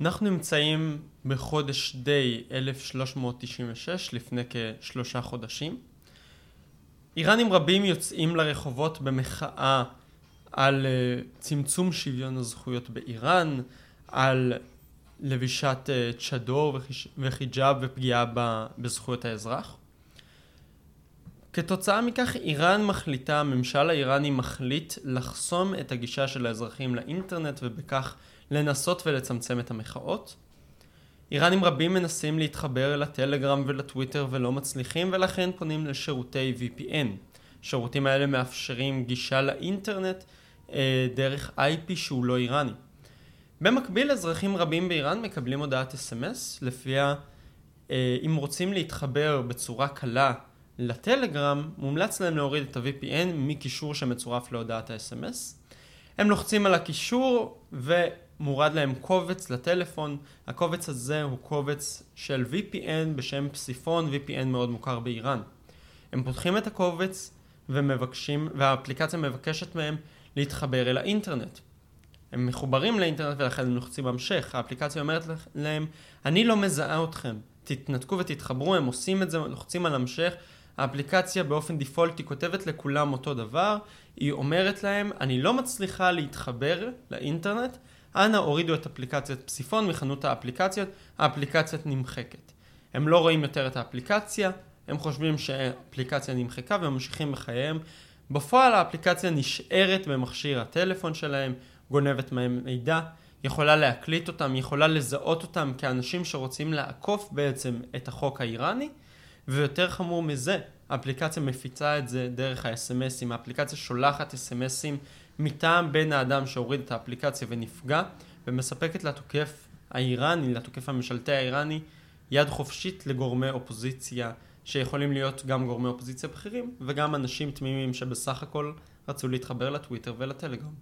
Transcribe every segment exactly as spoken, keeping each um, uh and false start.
אנחנו נמצאים בחודש די אלף שלוש מאות תשעים ושש, לפני כשלושה חודשים. איראנים רבים יוצאים לרחובות במחאה על צמצום שוויון הזכויות באיראן, על לבישת צ'דור וחיג'אב ופגיעה בזכויות האזרח. כתוצאה מכך איראן מחליטה, הממשל האיראני מחליט לחסום את הגישה של האזרחים לאינטרנט ובכך לנסות ולצמצם את המחאות. איראנים רבים מנסים להתחבר לטלגרם ולטוויטר ולא מצליחים ולכן פונים לשירותי וי פי אן. השירותים האלה מאפשרים גישה לאינטרנט אה, דרך איי פי שהוא לא איראני. במקביל אזרחים רבים באיראן מקבלים הודעת אס אם אס לפיה אה, אם רוצים להתחבר בצורה קלה לטלגרם מומלץ להם להוריד את ה-וי פי אן מקישור שמצורף להודעת ה-אס אם אס. הם לוחצים על הקישור ומורד להם קובץ לטלפון. הקובץ הזה הוא קובץ של וי פי אן בשם פסיפון, וי פי אן מאוד מוכר באיראן. הם פותחים את הקובץ ומבקשים, והאפליקציה מבקשת מהם להתחבר אל האינטרנט. הם מחוברים לאינטרנט ולכן הם לוחצים המשך. האפליקציה אומרת להם, אני לא מזהה אתכם, תתנתקו ותתחברו. הם עושים את זה, לוחצים על המשך. האפליקציה באופן דיפולטי כותבת לכולם אותו דבר. היא אומרת להם, אני לא מצליחה להתחבר לאינטרנט, אנא הורידו את אפליקציית פסיפון מחנות האפליקציות, האפליקציה נמחקת. הם לא רואים יותר את האפליקציה, הם חושבים שהאפליקציה נמחקה והם ממשיכים בחייהם. בפועל האפליקציה נשארת במכשיר הטלפון שלהם, גונבת מהם מידע, יכולה להקליט אותם, יכולה לזהות אותם כאנשים שרוצים לעקוף בעצם את החוק האיראני, ויותר חמור מזה, האפליקציה מפיצה את זה דרך ה-אס אם אסים, האפליקציה שולחת אס אם אסים מטעם בין האדם שהוריד את האפליקציה ונפגע, ומספקת לתוקף האיראני, לתוקף הממשלתי האיראני, יד חופשית לגורמי אופוזיציה, שיכולים להיות גם גורמי אופוזיציה בכירים, וגם אנשים תמימים שבסך הכל רצו להתחבר לטוויטר ולטלגרם.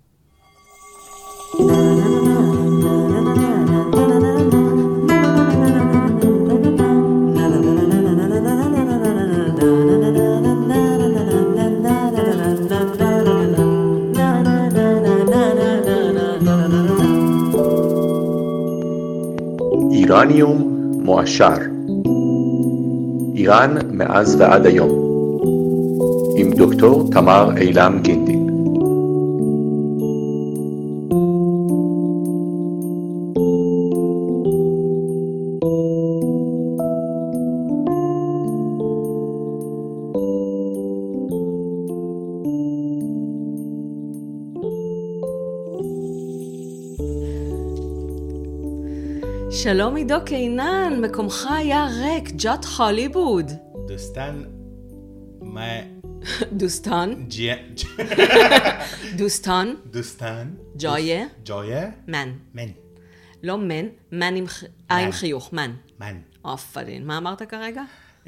איראניום מועשר, איראן מאז ועד היום, עם דוקטור תמר אילם גינדין. שלום עידו קינן, מקומך היה ריק, ג'ת הוליווד. דוסטן, מה... דוסטן. ג'יה... דוסטן. דוסטן. ג'ויה. ג'ויה. מן. מן. לא מן, מן עם עם חיוך, מן. מן. אופלין, מה אמרת כרגע?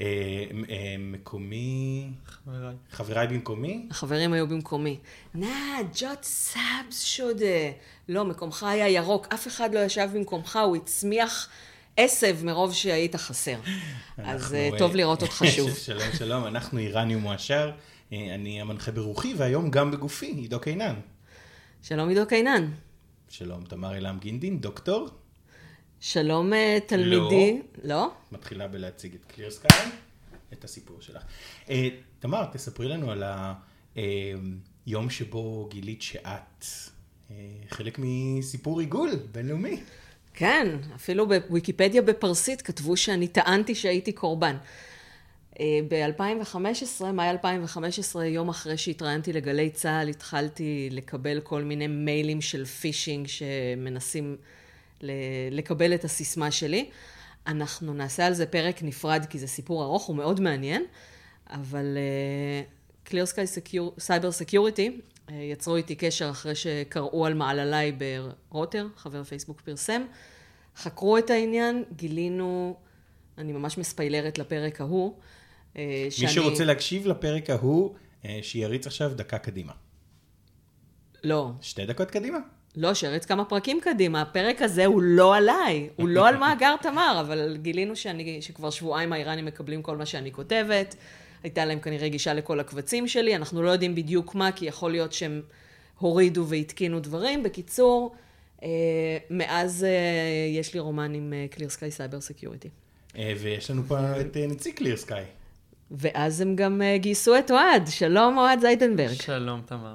מקומי... חבריי. חבריי במקומי? החברים היו במקומי. נא, ג'ת סאבס שודה. לא, מקומך היה ירוק, אף אחד לא ישב במקומך, הוא הצמיח עשב מרוב שהיית חסר. אז טוב לראות אותך שוב. שלום, שלום, אנחנו איראניום מועשר, אני המנחה ברוחי והיום גם בגופי, עידו קינן. שלום עידו קינן. שלום, תמר אילם גינדין, דוקטור. שלום תלמידי. לא? לא? מתחילה בלהציג את קליר סקאי, את הסיפור שלך. תמר, תספרי לנו על היום שבו גילית שאת חלק מסיפור עיגול בינלאומי. כן, אפילו בוויקיפדיה בפרסית כתבו שאני טענתי שהייתי קורבן. ב-אלפיים וחמש עשרה, מאי אלפיים וחמש עשרה, יום אחרי שהתראיינתי לגלי צה"ל, התחלתי לקבל כל מיני מיילים של פישינג שמנסים לקבל את הסיסמה שלי. אנחנו נעשה על זה פרק נפרד כי זה סיפור ארוך, הוא מאוד מעניין, אבל Clear Sky Cyber Security יצרו איתי קשר אחרי שקראו על מעלליי ברוטר, חבר פייסבוק פרסם, חקרו את העניין, גילינו, אני ממש מספיילרת לפרק ההוא. מי שאני... שרוצה להקשיב לפרק ההוא, שיריץ עכשיו דקה קדימה. לא. שתי דקות קדימה? לא, שיריץ כמה פרקים קדימה. הפרק הזה הוא לא עליי, הוא לא על מאגר תמר, אבל גילינו שאני, שכבר שבועיים האיראנים מקבלים כל מה שאני כותבת, הייתה להם כנראה גישה לכל הקבצים שלי, אנחנו לא יודעים בדיוק מה, כי יכול להיות שהם הורידו והתקינו דברים. בקיצור, מאז יש לי רומן עם Clear Sky Cyber Security. ויש לנו פה את נציג Clear Sky. ואז הם גם גייסו את אוהד. שלום, אוהד זיידנברג. שלום, תמר.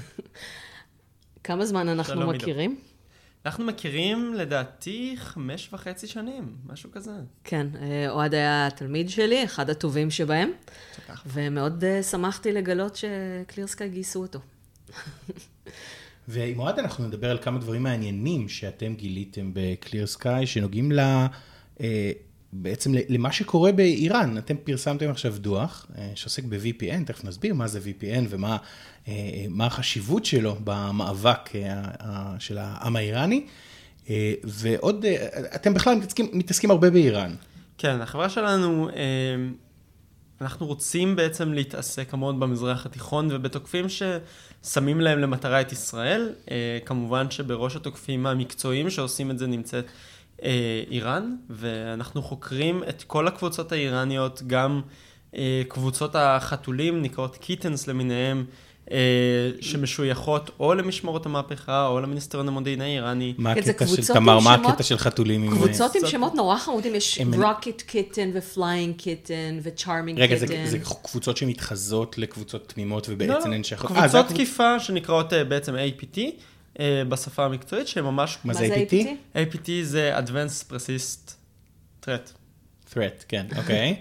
כמה זמן אנחנו מכירים? אנחנו מכירים לדעתי חמש וחצי שנים, משהו כזה. כן, אוהד היה תלמיד שלי, אחד הטובים שבהם, ומאוד שמחתי לגלות שקליר סקאי גייסו אותו. ועם אוהד אנחנו נדבר על כמה דברים מעניינים שאתם גיליתם בקליר סקאי, שנוגעים לה, בעצם למה שקורה באיראן. אתם פרסמתם עכשיו דוח שעוסק ב-וי פי אן, תכף נסביר מה זה וי פי אן ומה מה החשיבות שלו במאבק של העם האיראני, ועוד, אתם בכלל מתעסקים, מתעסקים הרבה באיראן. כן, החברה שלנו, אנחנו רוצים בעצם להתעסק המון במזרח התיכון ובתוקפים ששמים להם למטרה את ישראל. כמובן שבראש התוקפים המקצועיים שעושים את זה נמצאת איראן, ואנחנו חוקרים את כל הקבוצות האיראניות, גם קבוצות החתולים, נקראות קיטנס למיניהם, שמשויכות או למשמרות המהפכה או למיניסטריון המודיעין האיראני. מה הקטע של תמר, מה הקטע של חתולים? קבוצות עם שמות נורא חמודים, יש רוקט קיטן ופליינג קיטן וצ'ארמינג קיטן. רגע, זה קבוצות שמתחזות לקבוצות תמימות ובעצם הן שייכות. קבוצות תקיפה שנקראות בעצם איי פי טי בשפה המקצועית, שהן ממש... מה זה איי פי טי? איי פי טי זה Advanced Persist Threat. Threat, כן, אוקיי.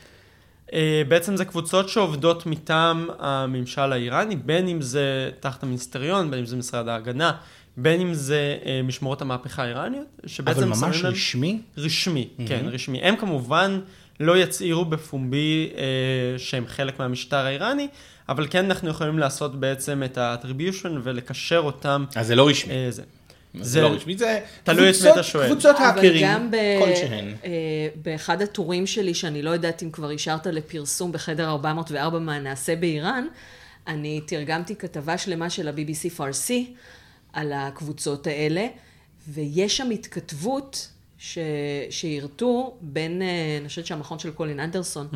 בעצם זה קבוצות שעובדות מטעם הממשל האיראני, בין אם זה תחת המיניסטריון, בין אם זה משרד ההגנה, בין אם זה משמרות המהפכה האיראניות, אבל ממש רשמי? רשמי, כן, רשמי. הם כמובן לא יצהירו בפומבי שהם חלק מהמשטר האיראני, אבל כן אנחנו יכולים לעשות בעצם את ה-attribution ולקשר אותם. אז זה לא רשמי. זה. זה לא רשמי, זה תלוי את מי אתה שואל. קבוצות האקרים, כל שהן. באחד הטורים שלי, שאני לא יודעת אם כבר השארת לפרסום בחדר ארבע מאות וארבע מה נעשה באיראן, אני תרגמתי כתבה שלמה של ה-בי בי סי פרסי על הקבוצות האלה, ויש שם התכתבות שהרתו בין, אני חושבת שהמכון של קולין אנדרסון,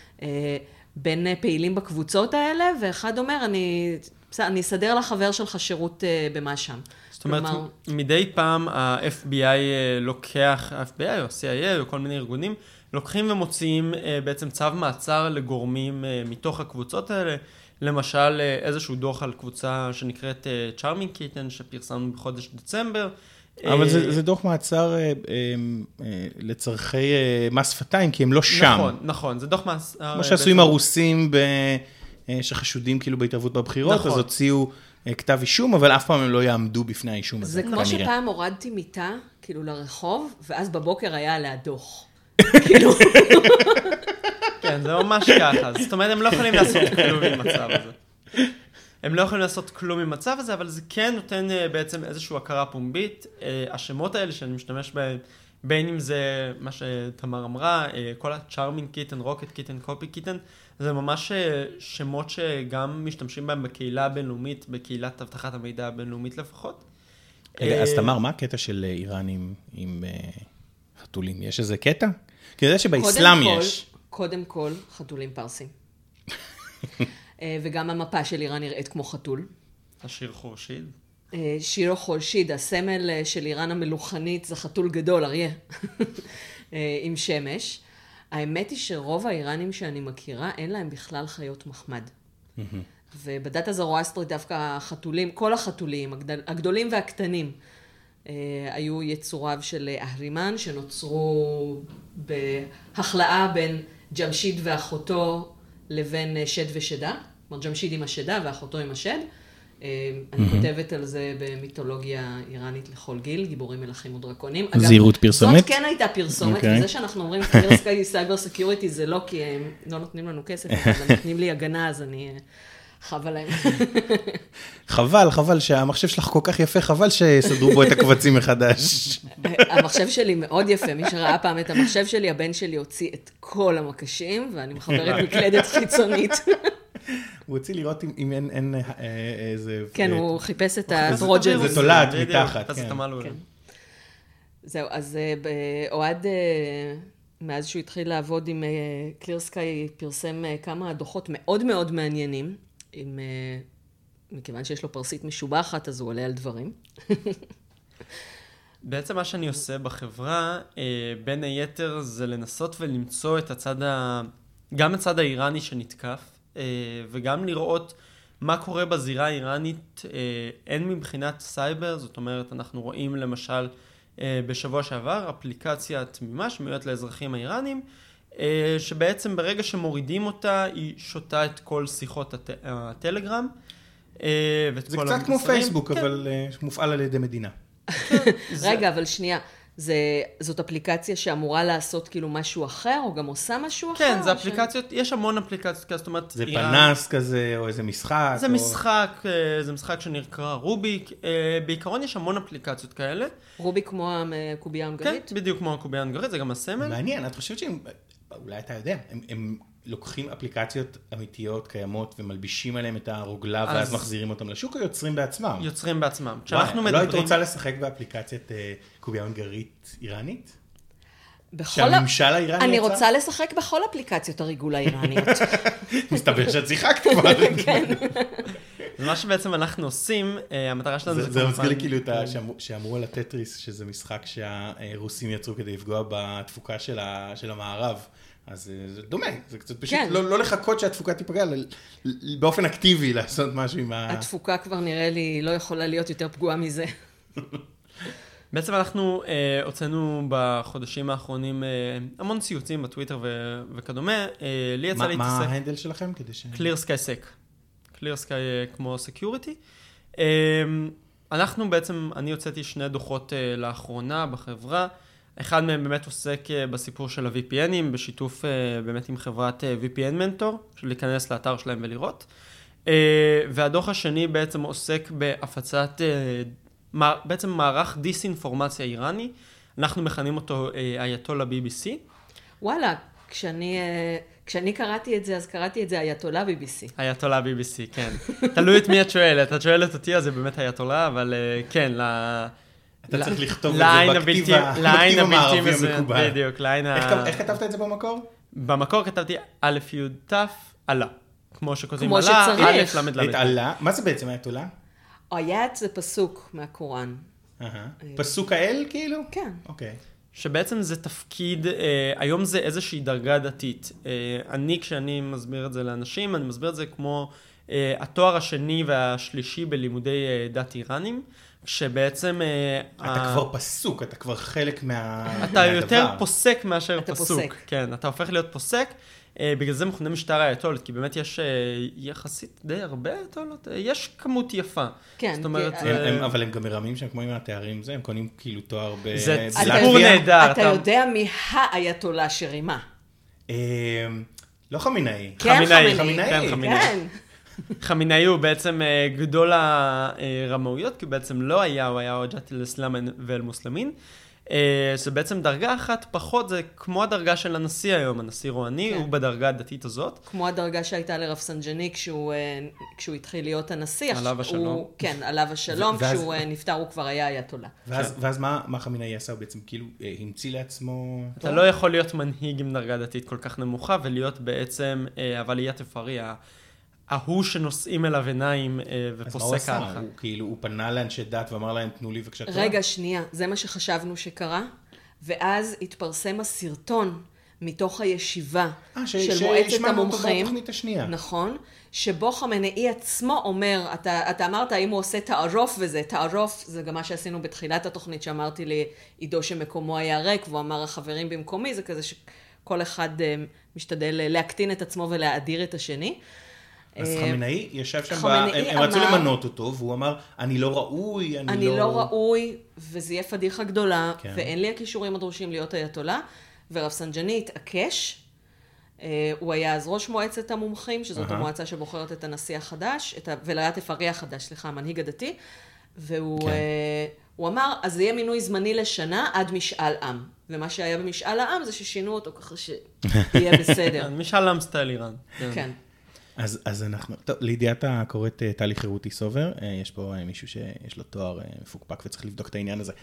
בין פעילים בקבוצות האלה, ואחד אומר, אני, אני אסדר לחבר שלך שירות במה שם. זאת אומרת, כלומר... מדי פעם ה-אף בי איי לוקח, ה-אף בי איי או ה-סי איי איי או כל מיני ארגונים, לוקחים ומוציאים בעצם צו מעצר לגורמים מתוך הקבוצות האלה, למשל איזשהו דוח על קבוצה שנקראת Charming Kitten, שפרסמנו בחודש דצמבר. אבל זה, זה דוח מעצר אה, אה, לצרכי אה, מס שפתיים, כי הם לא שם. נכון, נכון, זה דוח מעצר... כמו שעשו עם הרוסים ב, אה, שחשודים כאילו בהתערבות בבחירות, נכון. אז הוציאו אה, כתב אישום, אבל אף פעם הם לא יעמדו בפני האישום הזה. זה כמו שפעם הורדתי מיטה, כאילו לרחוב, ואז בבוקר היה עליה דוח. כאילו... כן, זה ממש ככה. זאת אומרת, הם לא יכולים לעשות כלום עם המצב הזה. הם לא יכולים לעשות כלום עם מצב הזה, אבל זה כן נותן בעצם איזושהי הכרה פומבית. השמות האלה שאני משתמש בהם, בין אם זה מה שתמר אמרה, כל ה-Charming Kitten, Rocket Kitten, Copy Kitten, זה ממש שמות שגם משתמשים בהם בקהילה הבינלאומית, בקהילת הבטחת המידע הבינלאומית לפחות. אז תמר, מה הקטע של איראנים עם חתולים? יש איזה קטע? כי אני יודע שבאסלאם יש. קודם כל, חתולים פרסים. וגם המפה של איראן נראית כמו חתול. השיר חורשיד. שיר חורשיד, הסמל של איראן המלוכנית, זה חתול גדול, אריה, עם שמש. האמת היא שרוב האיראנים שאני מכירה, אין להם בכלל חיות מחמד. ובדת הזרואסטרית דווקא החתולים, כל החתולים, הגדולים והקטנים, היו יצוריו של אהרימן, שנוצרו בהחלאה בין ג'משיד ואחותו לבין שד ושדה. כלומר, ג'משיד עם השדה ואחותו עם השד. אני כותבת על זה במיתולוגיה איראנית לכל גיל, גיבורים מלכים ודרקונים. זהירות פרסומת? זאת כן הייתה פרסומת, וזה שאנחנו אומרים Clear Sky Cyber Security זה לא כי הם לא נותנים לנו כסף, אבל נותנים לי הגנה, אז אני חבל להם. חבל, חבל שהמחשב שלך כל כך יפה, חבל שסדרו בו את הקבצים מחדש. המחשב שלי מאוד יפה, מי שראה פעם את המחשב שלי, הבן שלי הוציא את כל המקשים, ואני מחברת מקלדת חיצונית. הוא הוציא לראות אם אין איזה... כן, הוא חיפש את הטרוג'ן. זה תולעת מתחת. זהו, אז אוהד, מאז שהוא התחיל לעבוד עם Clear Sky, פרסם כמה דוחות מאוד מאוד מעניינים, מכיוון שיש לו פרסית משובחת, אז הוא עולה על דברים. בעצם מה שאני עושה בחברה, בין היתר זה לנסות ולמצוא את הצד ה... גם הצד האיראני שנתקף, וגם לראות מה קורה בזירה האיראנית, אין מבחינת סייבר, זאת אומרת, אנחנו רואים למשל בשבוע שעבר אפליקציה תמימה שמיועדת לאזרחים האיראנים, שבעצם ברגע שמורידים אותה, היא שותה את כל שיחות הט... הטלגרם. זה קצת כמו פייסבוק, כן. אבל מופעל על ידי מדינה. רגע, אבל שנייה. זה, זאת אפליקציה שאמורה לעשות כאילו משהו אחר, או גם עושה משהו אחר? כן, זה אפליקציות, ש... יש המון אפליקציות, זאת אומרת... זה איראן... פנס כזה, או איזה משחק? זה או... משחק, זה משחק שנקרא רוביק. בעיקרון יש המון אפליקציות כאלה. רוביק כמו הקובייה ההונגרית? כן, בדיוק כמו הקובייה ההונגרית, זה גם הסמל. מעניין, את חושבת שהם, אולי אתה יודע, הם, הם לוקחים אפליקציות אמיתיות, קיימות, ומלבישים עליהם את הרוגלה, אז... ואז מחזירים אותם לשוק, או יוצרים בעצמם? יוצרים בעצמם. וואי, מדברים... לא היית רוצה לשחק באפליקציית uh, קובייה הונגרית איראנית? בכל... שהממשל האיראני אני יצא? רוצה לשחק בכל אפליקציות הריגול האיראניות. מסתבר שאת שיחקת כבר. כן. זה מה שבעצם אנחנו עושים, המטרה שלנו זה... זה מזכיר לי כאילו שאמרו על הטטריס, שזה משחק שהרוסים יצרו כדי לפגוע בתפוקה של המערב. אז זה דומה, זה קצת פשוט לא לחכות שהתפוקה תיפגע, באופן אקטיבי לעשות משהו עם ה... התפוקה כבר נראה לי לא יכולה להיות יותר פגועה מזה. בעצם אנחנו אה, הוצאנו בחודשים האחרונים אה, המון ציוצים בטוויטר ו- וכדומה. אה, לי יצא להתעסק... מה ההנדל שלכם כדי ש... Clear Sky Sec. Clear Sky כמו Security. אה, אנחנו בעצם, אני הוצאתי שני דוחות אה, לאחרונה בחברה. אחד מהם באמת עוסק אה, בסיפור של ה-וי פי אנים, בשיתוף אה, באמת עם חברת אה, וי פי אן Mentor, של להיכנס לאתר שלהם ולראות. אה, והדוח השני בעצם עוסק בהפצת... אה, בעצם מערך דיסאינפורמציה איראני, אנחנו מכנים אותו אייתולה בי בי סי. וואלה, כשאני, כשאני קראתי את זה, אז קראתי את זה אייתולה בי בי סי. אייתולה בי בי סי, כן. תלוי את מי את שואלת. את שואלת אותי, אז זה באמת אייתולה, אבל כן, ל... אתה צריך לכתוב את זה בכתיב המערבי המקובל. בדיוק, לעין ה... איך כתבת את זה במקור? במקור כתבתי א' י' ת' עלה. כמו שכותבים עלה, א' למד למד. את עלה, מה זה בעצם אייתולה? אייט זה פסוק מהקוראן. פסוק האל כאילו? כן. אוקיי. שבעצם זה תפקיד, היום זה איזושהי דרגה דתית. אני, כשאני מסביר את זה לאנשים, אני מסביר את זה כמו התואר השני והשלישי בלימודי דת איראנים, שבעצם... אתה כבר פסוק, אתה כבר חלק מהדבר. אתה יותר פוסק מאשר פסוק. כן, אתה הופך להיות פוסק. בגלל זה מכונה משטר האייתולות, כי באמת יש יחסית די הרבה אייתולות, יש כמות יפה. כן. זאת אומרת... אבל הם גם מרמים שהם כמו עם התארים, הם קונים כאילו תואר בלטביה. זה סיפור נהדר. אתה יודע מי האייתולה שרימה? לא חמינאי. כן, חמינאי. כן. חמינאי הוא בעצם גדול הרמאויות, כי בעצם לא היה, הוא היה הוג'ת אל-אסלאם ואל-מוסלמין. זה בעצם דרגה אחת פחות, זה כמו הדרגה של הנשיא היום, הנשיא רוהני, הוא בדרגה הדתית הזאת. כמו הדרגה שהייתה לרפסנג'ני כשהוא התחיל להיות הנשיא. עליו השלום. כן, עליו השלום, כשהוא נפטר הוא כבר היה אייתולה. ואז מה חמינאי עשה? הוא בעצם כאילו המציא לעצמו... אתה לא יכול להיות מנהיג עם דרגה דתית כל כך נמוכה, ולהיות בעצם, אבל יהיה תפארי, ההוא שנושאים אליו עיניים ופוסק ההלכה. אז מה הוא עשה? הוא כאילו, הוא פנה לאנשי דת ואמר להם, תנו לי בבקשה תורה? רגע, שנייה, זה מה שחשבנו שקרה, ואז התפרסם הסרטון מתוך הישיבה 아, ש- של ש- מועצת המומחים. בתוכנית השנייה. נכון, שבו חמינאי עצמו אומר, אתה, אתה אמרת האם הוא עושה תערוף וזה, תערוף זה גם מה שעשינו בתחילת התוכנית, שאמרתי לעידו שמקומו היה ריק, והוא אמר החברים במקומי, זה כזה שכל אחד משתדל להקטין את עצמו ולהאדיר את השני. אז חמינאי ישב שם, הם רצו למנות אותו, והוא אמר, אני לא ראוי, אני לא... אני לא ראוי, וזה יהיה פדיחה גדולה, ואין לי הכישורים הדרושים להיות אייתולה, ורפסנג'ני התעקש, הוא היה אז ראש מועצת המומחים, שזאת המועצה שבוחרת את הנשיא החדש, ולהיה תפארי החדש, סליחה, המנהיג הדתי, והוא אמר, אז זה יהיה מינוי זמני לשנה עד משאל עם. ומה שהיה במשאל העם זה ששינו אותו ככה שיהיה בסדר. משאל עם סטייל איראן. כן. אז, אז אנחנו, טוב, לידיעת הקוראת טלי חירותי סובר, יש פה מישהו שיש לו תואר מפוקפק וצריך לבדוק את העניין הזה.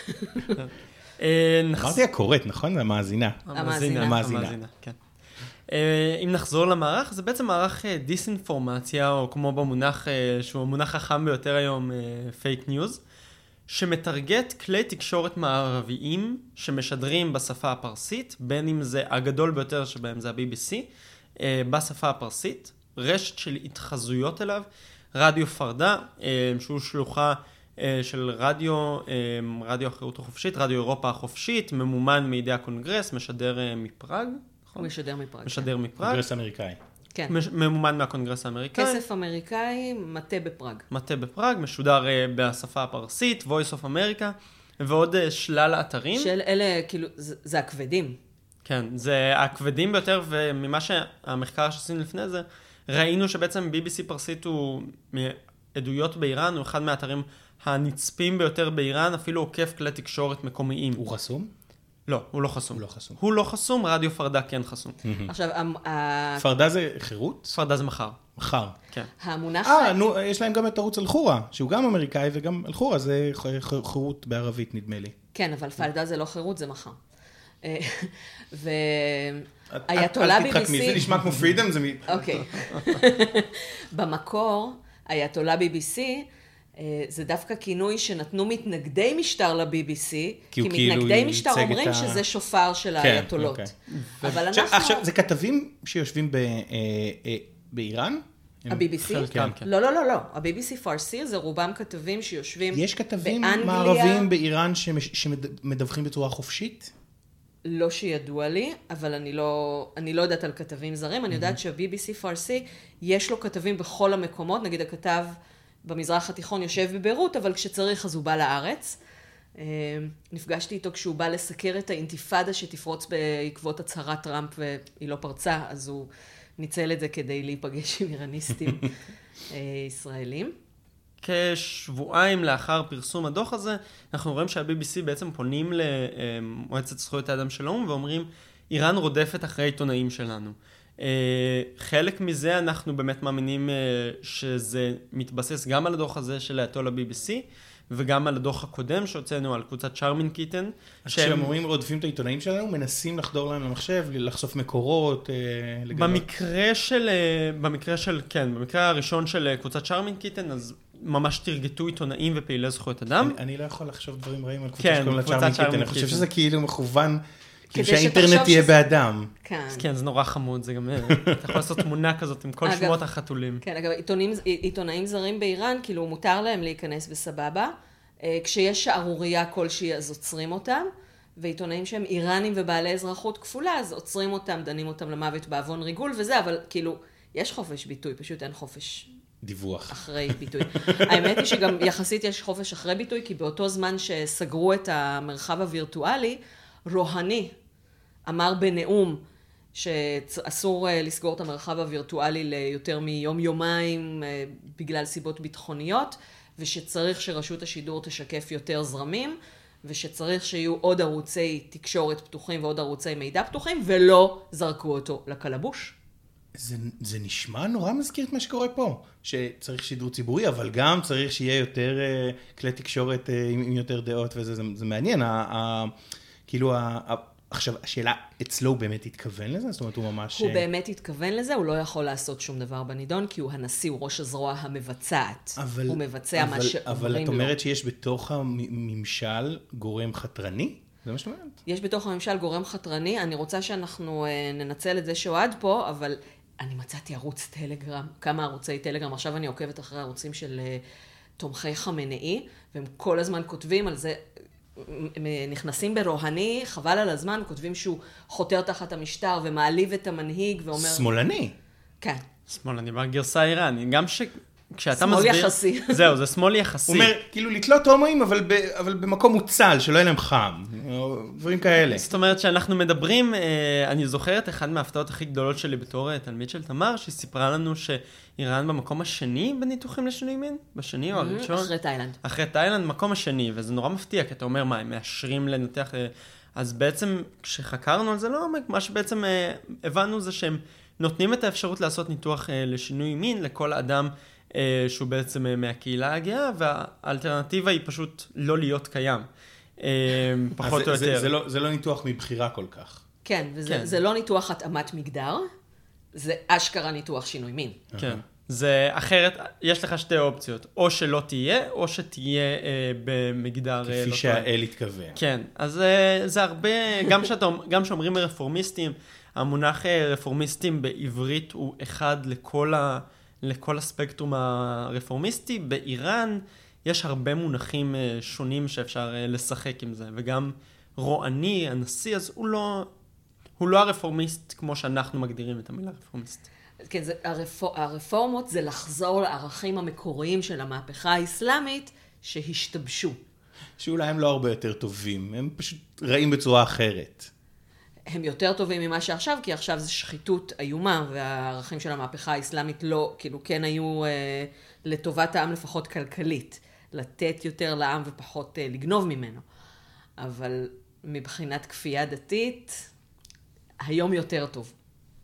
אמרתי הקוראת, נכון? המאזינה. המאזינה. המאזינה, כן. אם נחזור למערך, זה בעצם מערך דיסאינפורמציה, או כמו במונח, שהוא המונח החם ביותר היום, פייק ניוז, שמטרגט כלי תקשורת מערביים שמשדרים בשפה הפרסית, בין אם זה הגדול ביותר שבהם זה ה-בי בי סי, בשפה הפרסית, רשת של התחזויות אליו, רדיו פרדה, שהוא שלוחה של רדיו, רדיו החירות החופשית, רדיו אירופה החופשית, ממומן מידי הקונגרס, משדר מפראג. הוא משדר מפראג. משדר מפראג. קונגרס אמריקאי. כן. ממומן מהקונגרס האמריקאי. כסף אמריקאי, מטה בפראג. מטה בפראג, משודר בשפה הפרסית, Voice of America, ועוד שלל האתרים. של אלה, כאילו, זה, זה הכבדים. כן, זה הכבדים ביותר, וממה שהמחקר שעשינו לפני זה, ראינו שבעצם בי בי סי פרסית הוא עדויות באיראן, הוא אחד מהאתרים הנצפים ביותר באיראן, אפילו עוקף כלי תקשורת מקומיים. הוא חסום? לא, הוא לא חסום. הוא לא חסום. הוא לא חסום, רדיו פרדה כן חסום. עכשיו, ה- פרדה זה חירות? פרדה זה מחר. מחר. כן. המונח... אה, נו, יש להם גם את ערוץ אל-חורה, שהוא גם אמריקאי, וגם אל-חורה זה ח- חירות בערבית, נדמה לי. כן, אבל פלדה זה לא חירות, זה מחר. את- ואייתולה אל בי בי תתחכמי, זה סי... נשמע כמו פרידום, זה... מ- אוקיי. במקור, אייתולה בי בי סי, זה דווקא כינוי שנתנו מתנגדי משטר ל-בי בי סי, כי כי הוא כאילו מתנגדי משטר ייצג את אומרים ה- שזה שופר של כן, האייתולות. אוקיי. אבל עכשיו- אנחנו... עכשיו, זה כתבים שיושבים ב- אה, אה, באיראן? הם- ה-בי בי סי? חלקם, כן. לא, לא, לא, לא. ה-בי בי סי פרסי זה רובם כתבים שיושבים יש כתבים באנגליה, מערביים באיראן שמש- שמדווחים בצורה חופשית? לא שידוע לי, אבל אני לא, אני לא יודעת על כתבים זרים. אני יודעת שה-בי בי סי פרסי, יש לו כתבים בכל המקומות. נגיד הכתב במזרח התיכון יושב בביירות, אבל כשצריך אז הוא בא לארץ. אה, נפגשתי איתו כשהוא בא לסקר את האינתיפאדה שתפרוץ בעקבות הצהרת טראמפ והיא לא פרצה, אז הוא ניצל את זה כדי להיפגש עם איראניסטים אה, ישראלים. כשבועיים לאחר פרסום הדוח הזה, אנחנו רואים שה-בי בי סי בעצם פונים למועצת זכויות האדם של האו"ם ואומרים, איראן רודפת אחרי עיתונאים שלנו. חלק מזה אנחנו באמת מאמינים שזה מתבסס גם על הדוח הזה של האייתולה בי בי סי, וגם על הדוח הקודם שהוצאנו על קבוצת שרמין קיטן. כשהם אומרים רודפים את העיתונאים שלנו, מנסים לחדור להם למחשב, לחשוף מקורות, אה, לגלות. במקרה של, במקרה של, כן, במקרה הראשון של קבוצת שרמין קיטן, אז ממש תרגטו עיתונאים ופעילי זכויות אדם. אני, אני לא יכול לחשוב דברים רעים על קבוצה כן, שקוראים לה קבוצת צ'רמין קיטן, צ'רמין אני חושב קיטן. שזה כאילו מכוון, כאילו כדי שהאינטרנט שתחשוב יהיה שזה- באדם. כן. כן, זה נורא חמוד, זה גם, אתה יכול לעשות תמונה כזאת עם כל אגב- שמות החתולים. כן, אגב, עיתונים, עיתונאים זרים באיראן, כאילו מותר להם להיכנס בסבבה. אה, כשיש שערוריה כלשהי, אז עוצרים אותם. ועיתונאים שהם איראנים ובעלי אזרחות כפולה, אז עוצרים אותם, דנים אותם למוות בעוון ריגול וזה, אבל כאילו, יש חופש ביטוי, פשוט אין חופש דיווח. אחרי ביטוי. האמת היא שגם יחסית יש חופש אחרי ביטוי, כי באותו זמן שסגרו את המרחב הווירטואלי, רוהני אמר בנאום שאסור לסגור את המרחב הווירטואלי ליותר מיום-יומיים בגלל סיבות ביטחוניות, ושצריך שרשות השידור תשקף יותר זרמים, ושצריך שיהיו עוד ערוצי תקשורת פתוחים ועוד ערוצי מידע פתוחים, ולא זרקו אותו לקלבוש. זה, זה נשמע נורא מזכיר את מה שקורה פה, שצריך שידור ציבורי, אבל גם צריך שיהיה יותר uh, כלי תקשורת uh, עם, עם יותר דעות, וזה זה, זה מעניין. ה, ה, כאילו, ה, ה, עכשיו, השאלה, אצלו הוא באמת התכוון לזה? זאת אומרת, הוא ממש... הוא באמת התכוון לזה, הוא לא יכול לעשות שום דבר בנידון, כי הוא הנשיא, הוא ראש הזרוע המבצעת. אבל, הוא מבצע אבל, מה שאומרים לו. אבל את אומרת שיש בתוך הממשל גורם חתרני? זה מה שאת אומרת? יש בתוך הממשל גורם חתרני, אני רוצה שאנחנו uh, ננצל את זה שאוהד פה, אבל אני מצאתי ערוץ טלגרם, כמה ערוצי טלגרם, עכשיו אני עוקבת אחרי ערוצים של uh, תומכי חמנאי, והם כל הזמן כותבים על זה, הם נכנסים ברוהני, חבל על הזמן, כותבים שהוא חותר תחת המשטר ומעליב את המנהיג ואומר... שמאלני. כן. שמאל, אני בגרסה האיראני, גם ש... כשאתה שמאל מסביר... יחסי. זהו, זה שמאל יחסי. הוא אומר, כאילו, לתלות הומואים, אבל, ב, אבל במקום מוצל, שלא יהיה להם חם. או דברים כאלה. זאת אומרת שאנחנו מדברים, אה, אני זוכרת אחד מההפתעות הכי גדולות שלי בתור תלמיד של תמר, שהיא סיפרה לנו שאיראן במקום השני בניתוחים לשינוי מין? בשני או הראשון? אחרי תאילנד. אחרי תאילנד, מקום השני, וזה נורא מפתיע, כי אתה אומר, מה, הם מאשרים לנתח... אה, אז בעצם, כשחקרנו על זה לעומק, מה שבעצם אה, הבנו זה שהם נותנים את האפשרות לעשות ניתוח אה, לשינוי מין לכל אדם שהוא בעצם מהקהילה הגאה, והאלטרנטיבה היא פשוט לא להיות קיים, פחות זה, או זה, יותר. זה, לא, זה לא ניתוח מבחירה כל כך. כן, וזה כן. זה לא ניתוח התאמת מגדר, זה אשכרה ניתוח שינוי מין. כן. זה אחרת, יש לך שתי אופציות, או שלא תהיה, או שתהיה אה, במגדר... כפי לא שהאל התכוון. כן, אז אה, זה הרבה, גם, שאתה, גם שאומרים רפורמיסטים, המונח רפורמיסטים בעברית הוא אחד לכל, ה, לכל הספקטרום הרפורמיסטי. באיראן יש הרבה מונחים שונים שאפשר לשחק עם זה, וגם רועני, הנשיא, אז הוא לא, הוא לא הרפורמיסט כמו שאנחנו מגדירים את המילה רפורמיסט. כן, זה, הרפור, הרפורמות זה לחזור לערכים המקוריים של המהפכה האסלאמית שהשתבשו. שאולי הם לא הרבה יותר טובים, הם פשוט רעים בצורה אחרת. הם יותר טובים ממה שעכשיו, כי עכשיו זה שחיתות איומה, והערכים של המהפכה האסלאמית לא, כאילו כן היו אה, לטובת העם לפחות כלכלית, לתת יותר לעם ופחות אה, לגנוב ממנו. אבל מבחינת כפייה דתית, היום יותר טוב.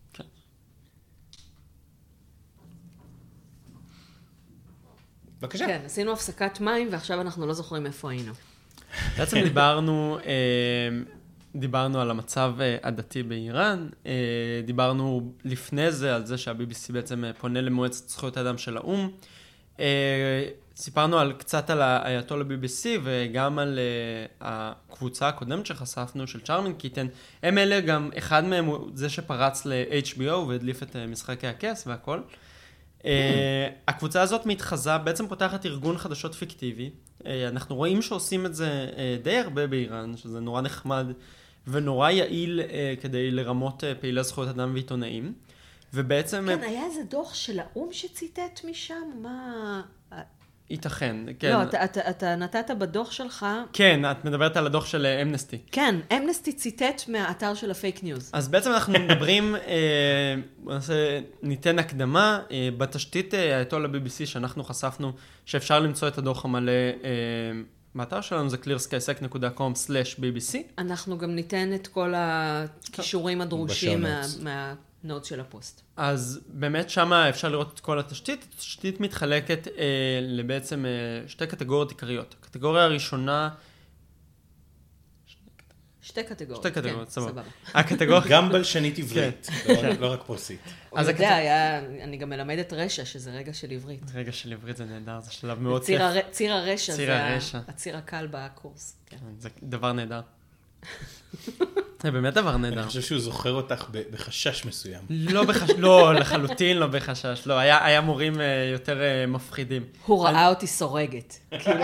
בבקשה. כן, עשינו הפסקת מים, ועכשיו אנחנו לא זוכרים איפה היינו. בעצם דיברנו, דיברנו על המצב הדתי באיראן, דיברנו לפני זה על זה שה-בי בי סי בעצם פונה למועצת זכויות האדם של האו"ם, סיפרנו על, קצת על האייתולה בי בי סי וגם על הקבוצה הקודמת שחשפנו של צ'ארמין קיטן, הם אלה גם, אחד מהם הוא זה שפרץ ל-אייץ' בי או והדליף את משחקי הכס והכל. Uh, הקבוצה הזאת מתחזה, בעצם פותחת ארגון חדשות פיקטיבי. Uh, אנחנו רואים שעושים את זה uh, די הרבה באיראן, שזה נורא נחמד ונורא יעיל uh, כדי לרמות uh, פעילי זכויות אדם ועיתונאים. ובעצם... כן, היה איזה דוח של האום שציטט משם? מה... ייתכן, כן. לא, אתה, אתה, אתה נתת בדוח שלך... כן, את מדברת על הדוח של אמנסטי. כן, אמנסטי ציטט מהאתר של הפייק ניוז. אז בעצם אנחנו מדברים, אה, ניתן הקדמה, אה, בתשתית האייתולה בי בי סי שאנחנו חשפנו, שאפשר למצוא את הדוח המלא, אה, באתר שלנו זה קליר סקיי סק דוט קום סלאש בי בי סי. אנחנו גם ניתן את כל הכישורים הדרושים מה, מהנוט של הפוסט. אז באמת שמה אפשר לראות את כל התשתית. התשתית מתחלקת אה, לבעצם אה, שתי קטגוריות עיקריות. הקטגוריה הראשונה... שתי קטגוריות. שתי קטגוריות, כן, סבבה. סבבה. הקטגוריה... גם בלשנית עברית, לא, לא רק פרסית. הוא יודע, הקט... היה, אני גם מלמדת רשע, שזה רגע של עברית. רגע של עברית זה נהדר, זה שלב מאוד ציר, כיף. הר... ציר הרשע, ציר זה הרשע. הציר הקל בקורס. כן. זה דבר נהדר. זה באמת דבר נהדר. אני חושב שהוא זוכר אותך בחשש מסוים. לא, בחש... לא, לחלוטין לא בחשש. לא, היה, היה מורים uh, יותר uh, מפחידים. הוא ראה אותי סורגת.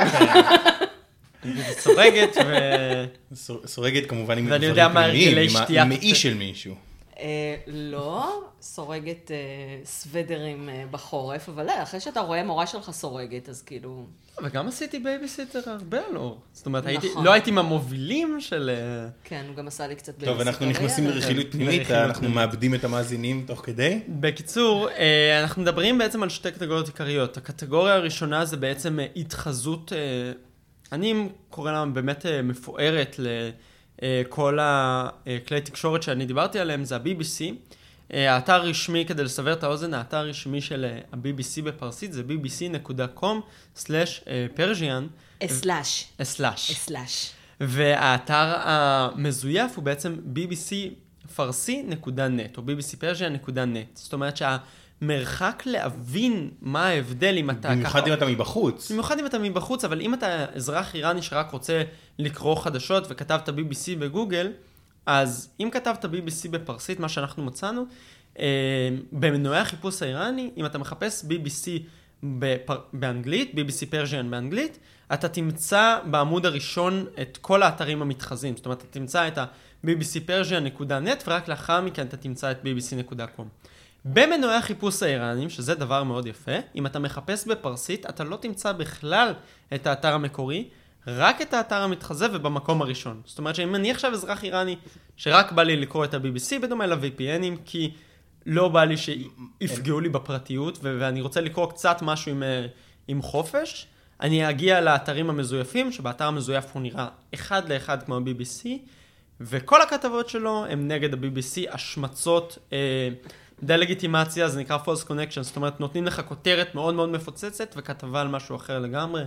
סורגת ו... סורגת כמובן עם ואני יודע מה הרגלי שתייה. עם מאי של מישהו. לא, סורגת סוודרים בחורף, אבל אחרי שאתה רואה מורה שלך סורגת, אז כאילו... וגם עשיתי בייביסיטר הרבה לא. זאת אומרת, לא הייתי מהמובילים של... כן, הוא גם עשה לי קצת בייביסיטר. טוב, אנחנו נכנסים לרכילות פנימית, אנחנו מאבדים את המאזינים תוך כדי. בקיצור, אנחנו מדברים בעצם על שתי קטגוריות עיקריות. הקטגוריה הראשונה זה בעצם התחזות, אני קורא לה באמת מפוארת לכל הכלי תקשורת שאני דיברתי עליהם, זה ה-בי בי סי. האתר הרשמי, כדי לסבר את האוזן, האתר הרשמי של ה-בי בי סי בפרסית זה בי בי סי דוט קום סלאש פרז'יאן. אסלאש. אסלאש. אסלאש. והאתר המזויף הוא בעצם בי בי סי פרסי דוט נט או בי בי סי פרז'יאן דוט נט. זאת אומרת שהמרחק להבין מה ההבדל אם אתה... במיוחד אם אתה מבחוץ. במיוחד אם אתה מבחוץ, אבל אם אתה אזרח איראני שרק רוצה לקרוא חדשות וכתבת בי בי סי בגוגל, אז אם כתבת בי בי סי בפרסית, מה שאנחנו מצאנו, במנועי החיפוש האיראני, אם אתה מחפש בי בי סי באנגלית, בי בי סי פרז'יאן באנגלית, אתה תמצא בעמוד הראשון את כל האתרים המתחזים. זאת אומרת, אתה תמצא את ה-בי בי סי פרז'יאן דוט נט, ורק לאחר מכן אתה תמצא את בי בי סי דוט קום. במנועי החיפוש האיראנים, שזה דבר מאוד יפה, אם אתה מחפש בפרסית, אתה לא תמצא בכלל את האתר המקורי, רק את האתר המתחזה ובמקום הראשון. זאת אומרת שאם אני עכשיו אזרח איראני שרק בא לי לקרוא את ה-בי בי סי בדומה ל-וי פי אנים, כי לא בא לי שיפגעו לי בפרטיות, ו- ואני רוצה לקרוא קצת משהו עם, עם חופש, אני אגיע לאתרים המזויפים, שבאתר המזויף הוא נראה אחד לאחד כמו ה-בי בי סי, וכל הכתבות שלו הם נגד ה-בי בי סי, השמצות, אה, דלגיטימציה, זה נקרא false connection, זאת אומרת נותנים לך כותרת מאוד מאוד מפוצצת, וכתבה על משהו אחר לגמרי.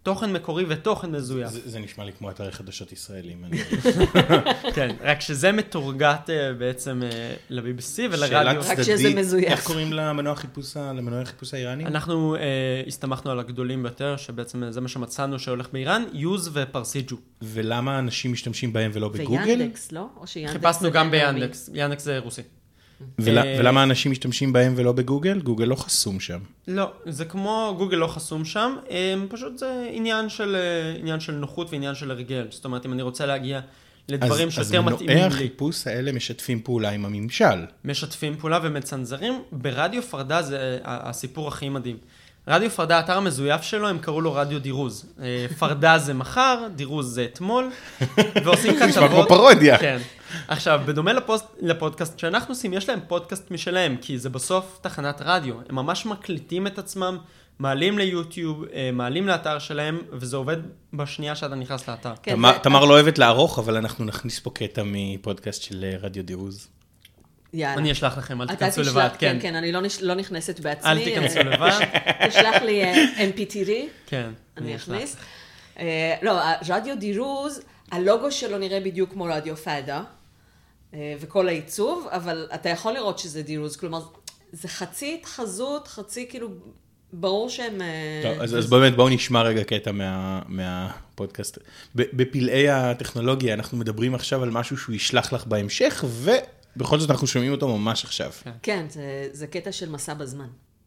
תוכן מקורי ותוכן מזויף. זה, זה נשמע לי כמו אתרי חדשות ישראלים. כן, רק שזה מתורגת בעצם ל-בי בי סי ולרדיו. רק שזה מזויף. איך קוראים למנוע חיפוש, למנוע חיפוש האיראני? אנחנו הסתמכנו על הגדולים ביותר, שבעצם זה מה שמצאנו שהולך באיראן, יוז ופרסיג'ו. ולמה אנשים משתמשים בהם ולא בגוגל? ויאנדקס, לא? או שיאנדקס חיפשנו גם ביאנדקס, יאנדקס זה רוסי. ולמה אנשים משתמשים בהם ולא בגוגל? גוגל לא חסום שם. לא, זה כמו גוגל לא חסום שם, פשוט זה עניין של, עניין של נוחות ועניין של הרגל. זאת אומרת, אם אני רוצה להגיע לדברים שיותר מתאימים לי. אז מנועי החיפוש האלה משתפים פעולה עם הממשל. משתפים פעולה ומצנזרים. ברדיו פרדה זה הסיפור הכי מדהים. רדיו פרדה, האתר המזויף שלו, הם קראו לו רדיו דירוז. פרדה זה מחר, דירוז זה אתמול, ועושים כתבות. נשמע כמו פרודיה. כן. עכשיו, בדומה לפוסט, לפודקאסט שאנחנו עושים, יש להם פודקאסט משלהם, כי זה בסוף תחנת רדיו. הם ממש מקליטים את עצמם, מעלים ליוטיוב, מעלים לאתר שלהם, וזה עובד בשנייה שאתה נכנס לאתר. כן, תמר, זה... תמר לא אוהבת לערוך, אבל אנחנו נכניס פה קטע מפודקאסט של רדיו דירוז. יאללה. אני אשלח לכם, אל אתה תיכנסו תשלח, לבד. כן, כן, אני לא, נש... לא נכנסת בעצמי. אל תיכנסו לבד. תשלח לי אם פי טרי. כן, אני אכניס. Uh, לא, רדיו דירוז, הלוגו שלו נראה בדיוק כמו רדיו פאדה, uh, וכל העיצוב, אבל אתה יכול לראות שזה דירוז, כלומר, זה חצי התחזות, חצי כאילו, ברור שהם... טוב, אז, אז באמת בואו נשמע רגע קטע מה, מהפודקאסט. בפלאי הטכנולוגיה אנחנו מדברים עכשיו על משהו שהוא ישלח לך בהמשך, ובכל זאת אנחנו שומעים אותו ממש עכשיו. כן, כן זה, זה קטע של מסע בזמן.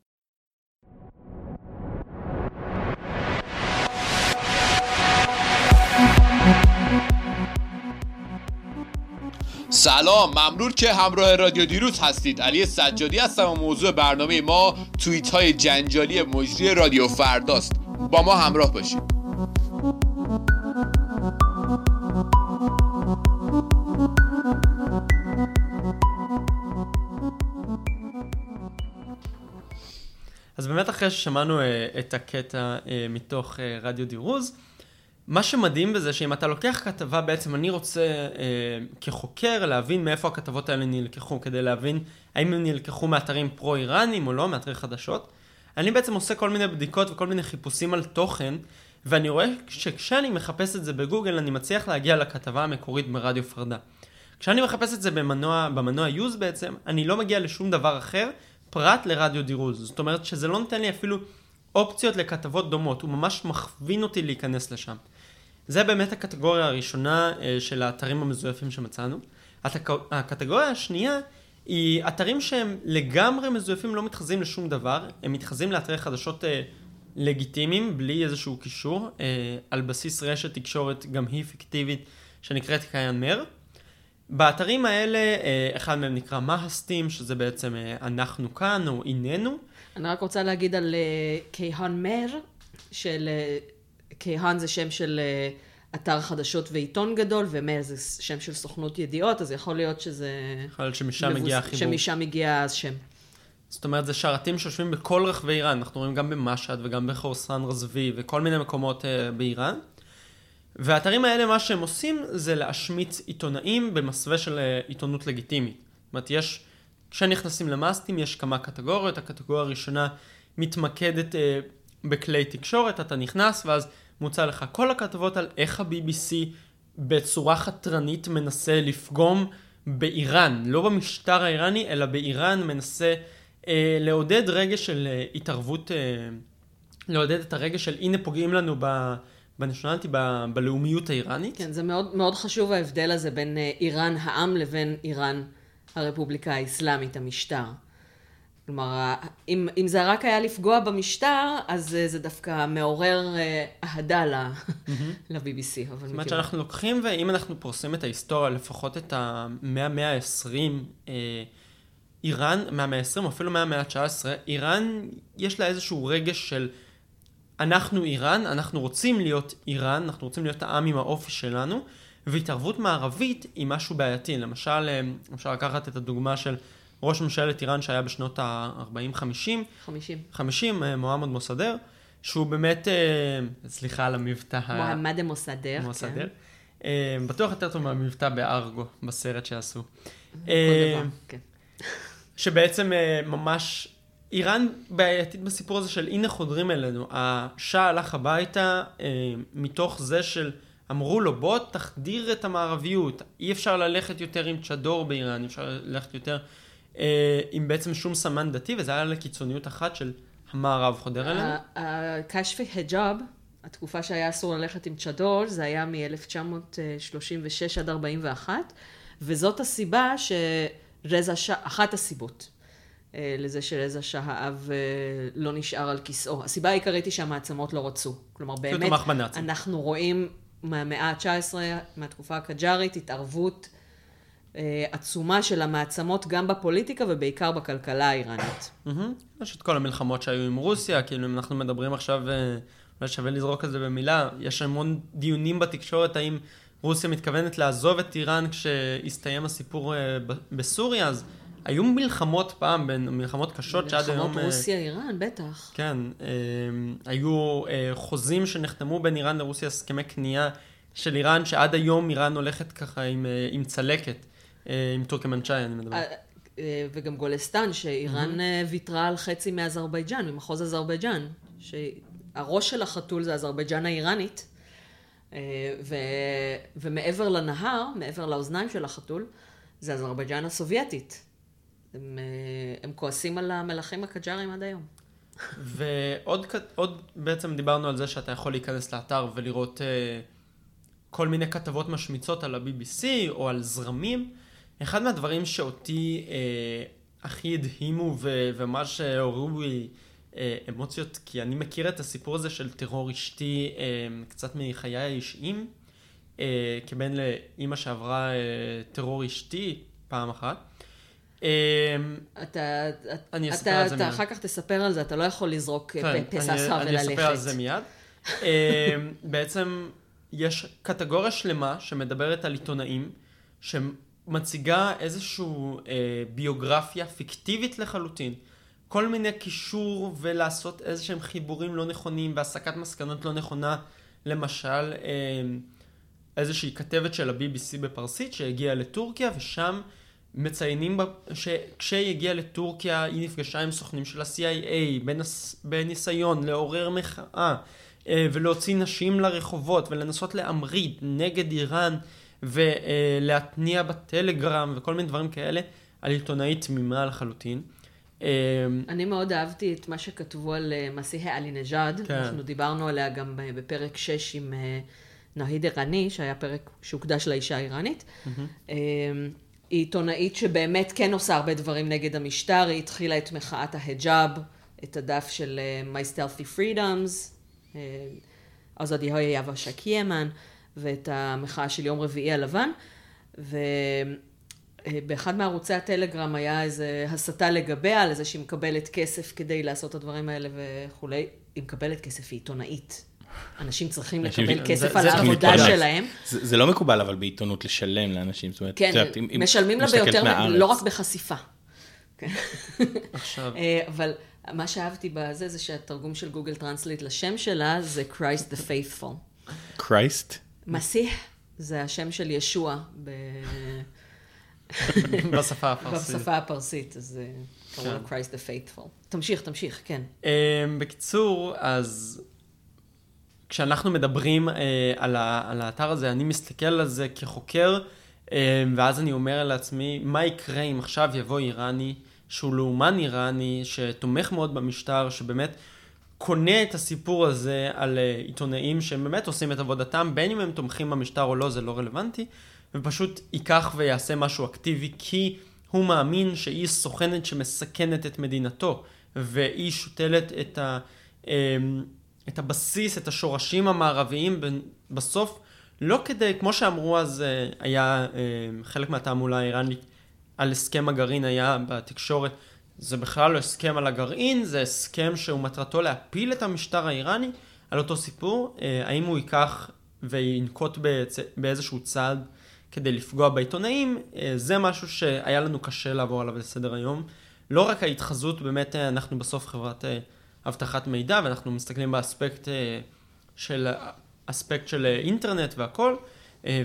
سلام، ممنون که همراه رادیو دیروز هستید. علی سجادی هستم و موضوع برنامه ما توییت های جنجالی مجری رادیو فرداست. با ما همراه باشید. אז באמת אחרי ששמענו את הקטע מתוך רדיו דירוז, מה שמדהים בזה שאם אתה לוקח כתבה, בעצם אני רוצה אה, כחוקר להבין מאיפה הכתבות האלה נלקחו, כדי להבין האם הם נלקחו מאתרים פרו-איראנים או לא, מאתרי חדשות. אני בעצם עושה כל מיני בדיקות וכל מיני חיפושים על תוכן, ואני רואה שכשאני מחפש את זה בגוגל, אני מצליח להגיע לכתבה המקורית ברדיו פרדה. כשאני מחפש את זה במנוע, במנוע יוז בעצם, אני לא מגיע לשום דבר אחר, פרט לרדיו דירוז. זאת אומרת שזה לא נותן לי אפילו אופציות לכתבות דומות, הוא ממש מכווין אותי להיכנס לשם. זה באמת הקטגוריה הראשונה של האתרים המזויפים שמצאנו. הקטגוריה השנייה היא אתרים שהם לגמרי מזויפים, לא מתחזים לשום דבר, הם מתחזים לאתרי חדשות לגיטימיים, בלי איזשהו קישור, על בסיס רשת תקשורת גם היא פיקטיבית, שנקראת קיינמר. באתרים האלה, אחד מהם נקרא מהסטים, שזה בעצם אנחנו כאן או איננו. אני רק רוצה להגיד על קיינמר, של... קיין זה שם של אתר חדשות ועיתון גדול, ומר זה שם של סוכנות ידיעות, אז יכול להיות שזה... יכול להיות שמשם מבוס... מגיע החיבור. שמשם מגיע השם. זאת אומרת, זה שרתים שיושבים בכל רחבי איראן, אנחנו רואים גם במשהד וגם בחורסן רזבי, וכל מיני מקומות uh, באיראן. והאתרים האלה, מה שהם עושים, זה להשמיץ עיתונאים במסווה של uh, עיתונות לגיטימית. זאת אומרת, יש, כשנכנסים למאסטים, יש כמה קטגוריות, הקטגוריה הראשונה מתמקדת uh, בכלי תקשורת, אתה נכנס ואז מוצא לך כל הכתבות על איך ה-בי בי סי בצורה חתרנית מנסה לפגום באיראן, לא במשטר האיראני, אלא באיראן מנסה אה, לעודד רגש של אה, התערבות, אה, לעודד את הרגש של הנה פוגעים לנו ב... בנשונלתי, ב... בלאומיות האיראנית. כן, זה מאוד, מאוד חשוב ההבדל הזה בין אה, איראן העם לבין איראן הרפובליקה האסלאמית, המשטר. כלומר, אם, אם זה רק היה לפגוע במשטר, אז זה דווקא מעורר אהדה ל-בי בי סי. זאת אומרת שאנחנו לוקחים, ואם אנחנו פורסים את ההיסטוריה, לפחות את המאה ה-עשרים, איראן, מהמאה ה-עשרים, או אפילו מהמאה ה-תשע עשרה, איראן, יש לה איזשהו רגש של, אנחנו איראן, אנחנו רוצים להיות איראן, אנחנו רוצים להיות העם עם האופי שלנו, והתערבות מערבית היא משהו בעייתי. למשל, אפשר לקחת את הדוגמה של ראש ממשלת איראן שהיה בשנות ה-ארבעים חמישים, חמישים, חמישים, מוחמד מוסדר, שהוא באמת, סליחה על המבטא. מוחמד מוסדר. מוסדר. כן. בטוח יותר טוב מהמבטא בארגו, בסרט שעשו. כל דבר, כן. שבעצם ממש איראן בעייתית בסיפור הזה של הנה חודרים אלינו. השאה הלך הביתה אה, מתוך זה של אמרו לו בוא תחדיר את המערביות. אי אפשר ללכת יותר עם צ'דור באיראן, אי אפשר ללכת יותר אה, עם בעצם שום סמן דתי, וזה היה לקיצוניות אחת של המערב חודר אלינו. הקשפי היג'אב, התקופה שהיה אסור ללכת עם צ'דור, זה היה מ-אלף תשע מאות שלושים ושש עד ארבעים ואחת, וזאת הסיבה שרזה שאה, אחת הסיבות לזה שרזה שאה האב לא נשאר על כיסאו. הסיבה העיקרית היא שהמעצמות לא רצו. כלומר, באמת, אנחנו רואים מהמאה ה-תשע עשרה, מהתקופה הקג'ארית, התערבות עצומה של המעצמות גם בפוליטיקה ובעיקר בכלכלה האיראנית. יש את כל המלחמות שהיו עם רוסיה, כאילו אם אנחנו מדברים עכשיו, אולי שווה לזרוק את זה במילה, יש המון דיונים בתקשורת האם רוסיה מתכוונת לעזוב את איראן כשהסתיים הסיפור בסוריה, אז היו מלחמות פעם, בין מלחמות קשות שעד היום... מלחמות רוסיה-איראן, בטח. כן, היו חוזים שנחתמו בין איראן לרוסיה, הסכמי קנייה של איראן, שעד היום איראן הולכת ככה עם, עם צלקת, עם טורקמנצ'אי, אני מדבר. וגם גולסטן, שאיראן ויתרה על חצי מאזרבייג'אן, ממחוז אזרבייג'אן, שהראש של החתול זה אזרבייג'אן האיראנית, ו... ומעבר לנהר, מעבר לאוזניים של החתול, זה אזרבייג'אן הסובייטית. הם, הם כועסים על המלכים הקג'ארים עד היום. ועוד עוד בעצם דיברנו על זה שאתה יכול להיכנס לאתר ולראות כל מיני כתבות משמיצות על ה-בי בי סי או על זרמים. אחד מהדברים שאותי אה, הכי הדהימו ו- ומה שהורידו לי אה, אמוציות, כי אני מכיר את הסיפור הזה של טרור אשתי אה, קצת מחיי האישיים, אה, כבן לאמא שעברה אה, טרור אשתי פעם אחת. אה, אתה, אני אתה, אספר על זה אתה מיד. אחר כך תספר על זה, אתה לא יכול לזרוק כן, פסע אני, סר אני וללכת. אספר על זה מיד. אה, בעצם יש קטגוריה שלמה שמדברת על עיתונאים, שמציגה איזושהי אה, ביוגרפיה פיקטיבית לחלוטין. כל מיני קישור ולעשות איזשהם חיבורים לא נכונים והסקת מסקנות לא נכונה. למשל, אה, איזושהי כתבת של ה-בי בי סי בפרסית שהגיעה לטורקיה, ושם מציינים שכשהיא הגיעה לטורקיה היא נפגשה עם סוכנים של ה-סי איי איי בנס, בניסיון לעורר מחאה אה, ולהוציא נשים לרחובות ולנסות להמריד נגד איראן ולהתניע בטלגרם וכל מיני דברים כאלה על עיתונאית תמימה לחלוטין. אני מאוד אהבתי את מה שכתבו על מסיח עלי-נג'אד. כן. אנחנו דיברנו עליה גם בפרק שש עם נהיד איראני, שהיה פרק שהוקדש לאישה האיראנית. Mm-hmm. היא עיתונאית שבאמת כן עושה הרבה דברים נגד המשטר. היא התחילה את מחאת ההיג'אב, את הדף של My Stealthy Freedoms, אזאדי הויה יאבה שקיימן, ואת המחאה של יום רביעי הלבן, ובאחד מערוצי הטלגרם היה איזה הסתה לגביה, על איזה שהיא מקבלת כסף כדי לעשות את הדברים האלה וכולי. היא מקבלת כסף, היא עיתונאית. אנשים צריכים לקבל כסף על העבודה שלהם. זה לא מקובל אבל בעיתונות לשלם לאנשים. כן, משלמים לה ביותר, לא רק בחשיפה. עכשיו. אבל מה שאהבתי בזה, זה שהתרגום של גוגל טרנסליט לשם שלה, זה Christ the Faithful. Christ? מסיח, זה השם של ישוע בשפה הפרסית. בשפה הפרסית, אז קראו לו Christ the Faithful. תמשיך, תמשיך, כן. בקיצור, אז כשאנחנו מדברים על האתר הזה, אני מסתכל על זה כחוקר, ואז אני אומר לעצמי, מה יקרה אם עכשיו יבוא איראני, שהוא לאומן איראני, שתומך מאוד במשטר, שבאמת קונה את הסיפור הזה על עיתונאים שהם באמת עושים את עבודתם, בין אם הם תומכים במשטר או לא, זה לא רלוונטי, ופשוט ייקח ויעשה משהו אקטיבי, כי הוא מאמין שהיא סוכנת שמסכנת את מדינתו, והיא שותלת את, ה, את הבסיס, את השורשים המערביים בסוף, לא כדי, כמו שאמרו אז, היה חלק מהתעמולה האיראנית על הסכם הגרעין היה בתקשורת, זה בכלל לא הסכם על הגרעין, זה הסכם שהוא מטרתו להפיל את המשטר האיראני על אותו סיפור. האם הוא ייקח וינקוט באיזשהו צעד כדי לפגוע בעיתונאים, זה משהו שהיה לנו קשה לעבור עליו לסדר היום. לא רק ההתחזות, באמת אנחנו בסוף חברת הבטחת מידע, ואנחנו מסתכלים באספקט של, אספקט של אינטרנט והכל,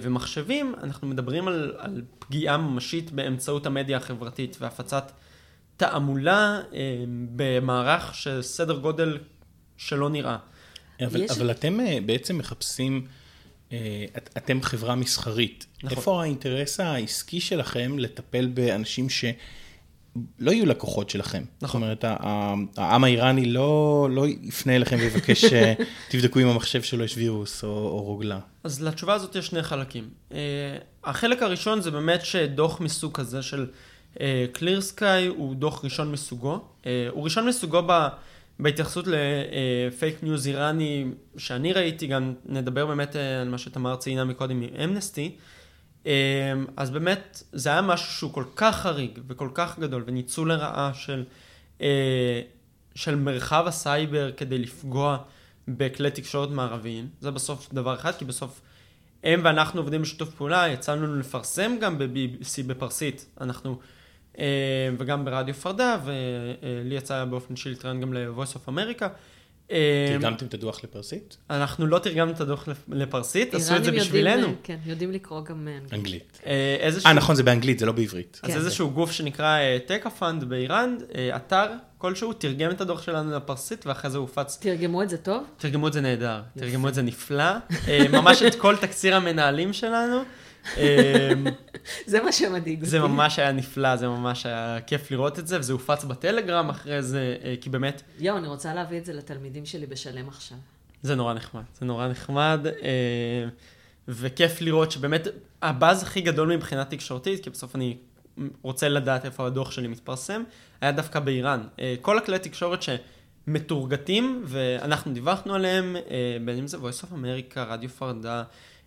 ומחשבים, אנחנו מדברים על, על פגיעה ממשית באמצעות המדיה החברתית והפצת תעמולה במערך של סדר גודל שלא נראה. אבל, יש- אבל אתם אה, בעצם מחפשים, אה, את- אתם חברה מסחרית. נכון. איפה האינטרס העסקי שלכם לטפל באנשים שלא יהיו לקוחות שלכם? זאת אומרת, ה- ה- העם האיראני לא, לא יפנה אליכם ויבקש שתבדקו אם המחשב שלו יש וירוס או, או רוגלה. אז לתשובה הזאת יש שני חלקים. Uh, החלק הראשון זה באמת שדוח מסוג כזה של uh, Clear Sky הוא דוח ראשון מסוגו. Uh, הוא ראשון מסוגו ב, בהתייחסות לפייק ניוז איראני שאני ראיתי, גם נדבר באמת uh, על מה שתמר ציינה מקודם עם אמנסטי. Uh, אז באמת זה היה משהו שהוא כל כך חריג וכל כך גדול וניצול לרעה של, uh, של מרחב הסייבר כדי לפגוע בכלי תקשורת מערביים. זה בסוף דבר אחד, כי בסוף הם ואנחנו עובדים בשיתוף פעולה, יצאנו לנו לפרסם גם ב-בי בי סי בפרסית, אנחנו, אה, וגם ברדיו פרדה, ולי יצא באופן אישי להתראיין גם ל-Voice of America. אה, תרגמתם את הדוח לפרסית? אנחנו לא תרגמנו את הדוח לפרסית, עשו את זה איראנים יודעים, בשבילנו. כן, יודעים לקרוא גם אנגלית. אנגלית. אה, איזשהו, אה, נכון, זה באנגלית, זה לא בעברית. אז כן. איזשהו גוף שנקרא טקאפנד באיראן, אה, אתר כלשהו, תרגם את הדוח שלנו לפרסית, ואחרי זה הופץ. תרגמו את זה טוב? תרגמו את זה נהדר, תרגמו את זה נפלא, אה, ממש את כל תקציר המנהלים שלנו. אה, זה מה שמדאיג אותי. זה ממש היה נפלא, זה ממש היה כיף לראות את זה, וזה הופץ בטלגרם אחרי זה, אה, כי באמת, יואו, אני רוצה להביא את זה לתלמידים שלי בשלם עכשיו. זה נורא נחמד, זה נורא נחמד, אה, וכיף לראות שבאמת, הבאז הכי גדול מבחינה תקשורתית, כי בסוף אני רוצה לדעת איפה הדוח שלי מתפרסם, היה דווקא באיראן. אה, כל הכלי תקשורת שמתורגתים, ואנחנו דיווחנו עליהם, אה, בין אם זה Voice of America, רדיו פרדה,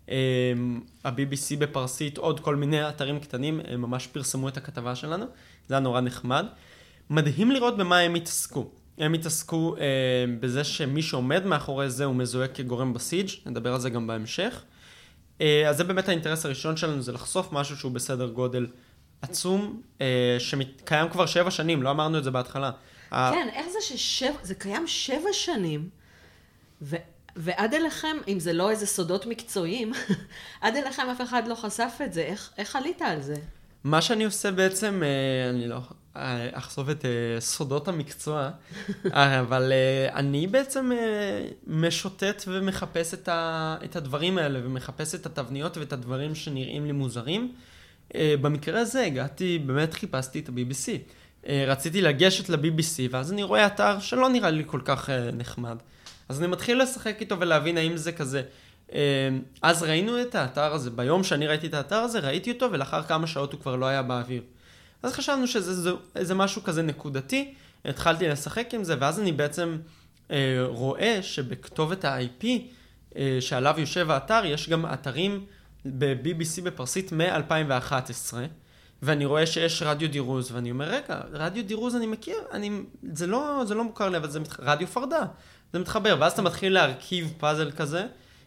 ה-בי בי סי בפרסית, עוד כל מיני אתרים קטנים, הם ממש פרסמו את הכתבה שלנו, זה היה נורא נחמד. מדהים לראות במה הם התעסקו. הם התעסקו אה, בזה שמי שעומד מאחורי זה הוא מזוהה כגורם בסיג', נדבר על זה גם בהמשך. אה, אז זה באמת האינטרס הראשון שלנו, זה לחשוף משהו שהוא בסדר גודל עצום, אה, שקיים כבר שבע שנים, לא אמרנו את זה בהתחלה. כן, איך זה ששבע, זה קיים שבע שנים, ו... ועד אליכם, אם זה לא איזה סודות מקצועיים, עד אליכם אף אחד לא חשף את זה. איך, איך עלית על זה? מה שאני עושה בעצם, אה, אני לא אה, אחשוף את אה, סודות המקצוע, אה, אבל אה, אני בעצם אה, משוטט ומחפש את, ה, את הדברים האלה, ומחפש את התבניות ואת הדברים שנראים לי מוזרים. אה, במקרה הזה הגעתי, באמת חיפשתי את ה-בי בי סי. אה, רציתי לגשת ל-בי בי סי, ואז אני רואה אתר שלא נראה לי כל כך אה, נחמד. אז אני מתחיל לשחק איתו ולהבין האם זה כזה. אז ראינו את האתר הזה, ביום שאני ראיתי את האתר הזה, ראיתי אותו ולאחר כמה שעות הוא כבר לא היה באוויר. אז חשבנו שזה זה, זה משהו כזה נקודתי, התחלתי לשחק עם זה, ואז אני בעצם אה, רואה שבכתובת ה-איי פי אה, שעליו יושב האתר, יש גם אתרים ב-בי בי סי בפרסית מ-אלפיים ואחת עשרה, ואני רואה שיש רדיו דירוז, ואני אומר, רגע, רדיו דירוז אני מכיר, אני, זה, לא, זה לא מוכר לי, אבל זה מת, רדיו פרדה. זה מתחבר, ואז אתה מתחיל להרכיב פאזל כזה,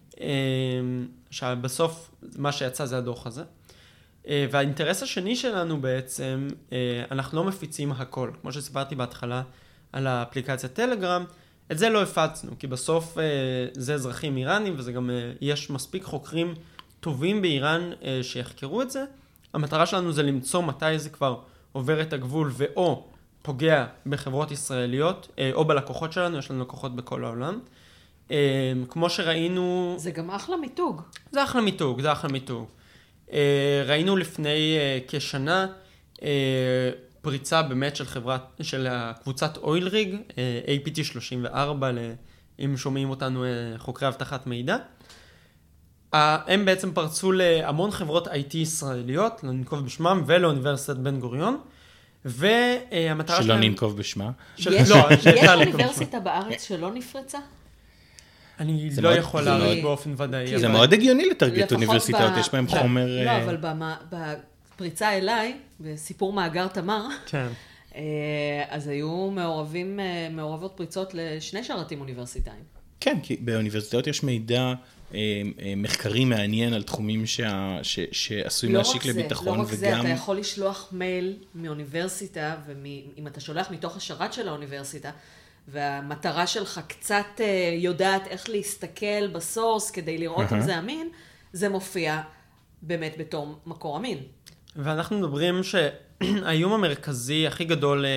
שבסוף מה שיצא זה הדוח הזה. והאינטרס השני שלנו בעצם, אנחנו לא מפיצים הכל. כמו שסיפרתי בהתחלה על האפליקציה טלגרם, את זה לא הפצנו, כי בסוף זה אזרחים איראנים, וזה גם, יש מספיק חוקרים טובים באיראן שיחקרו את זה. המטרה שלנו זה למצוא מתי זה כבר עובר את הגבול, ואו פוגע בחברות ישראליות, או בלקוחות שלנו, יש לנו לקוחות בכל העולם. כמו שראינו... זה גם אחלה מיתוג. זה אחלה מיתוג, זה אחלה מיתוג. ראינו לפני כשנה פריצה באמת של חברת, של קבוצת אויל ריג, איי פי טי שלושים וארבע, אם שומעים אותנו חוקרי אבטחת מידע. הם בעצם פרצו להמון חברות איי טי ישראליות, לא ננקוב בשמם, ולאוניברסיטת בן גוריון. והמטרה שלא שלהם... ננקוב בשמה. יש, לא, יש שאפשר לקרוא אוניברסיטה בארץ שלא נפרצה? אני זה לא מאוד- יכול זה להעריך מאוד- באופן ודאי. כי זה אבל- מאוד הגיוני לטרגט לפחות אוניברסיטאות, ב- יש בהם ב- חומר... לא, אה, אבל במה- בפריצה אליי, בסיפור מאגר תמר, כן. אה, אז היו מעורבים, אה, מעורבות פריצות לשני שרתים אוניברסיטאיים. כן, כי באוניברסיטאות יש מידע אה, אה, מחקרי מעניין על תחומים שה- ש- שעשויים לא להשיק רק זה, לביטחון, לא רק זה, וגם... אתה יכול לשלוח מייל מאוניברסיטה, ואם אתה שולח מתוך השרת של האוניברסיטה, והמטרה שלך קצת אה, יודעת איך להסתכל בסורס כדי לראות אם זה אמין, זה מופיע באמת בתור מקור אמין. ואנחנו מדברים האיום המרכזי הכי גדול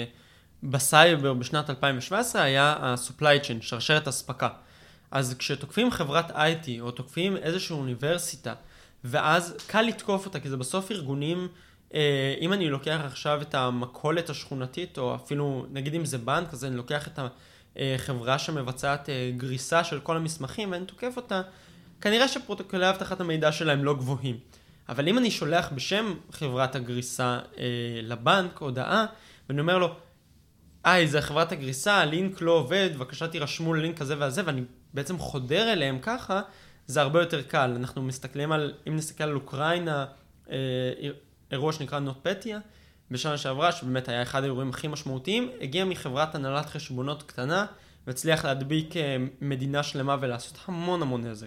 בסייבר בשנת אלפיים שבע עשרה היה ה-supply chain, שרשרת הספקה. אז כשתוקפים חברת איי טי או תוקפים איזושהי אוניברסיטה, ואז קל לתקוף אותה, כי זה בסוף ארגונים, אם אני לוקח עכשיו את המכולת השכונתית, או אפילו נגיד אם זה בנק, אז אני לוקח את החברה שמבצעת גריסה של כל המסמכים, ואני תוקף אותה, כנראה שפרוטוקולי אבטחת המידע שלהם לא גבוהים. אבל אם אני שולח בשם חברת הגריסה אה, לבנק הודעה, ואני אומר לו, היי, זה חברת הגריסה, הלינק לא עובד, בבקשה תירשמו ללינק הזה והזה, ואני בעצם חודר אליהם ככה, זה הרבה יותר קל. אנחנו מסתכלים על, אם נסתכל על אוקראינה, אה, אירוע שנקרא נוטפטיה, בשנה שעברה, שבאמת היה אחד האירועים הכי משמעותיים, הגיע מחברת הנהלת חשבונות קטנה, והצליח להדביק אה, מדינה שלמה ולעשות המון המון נזק.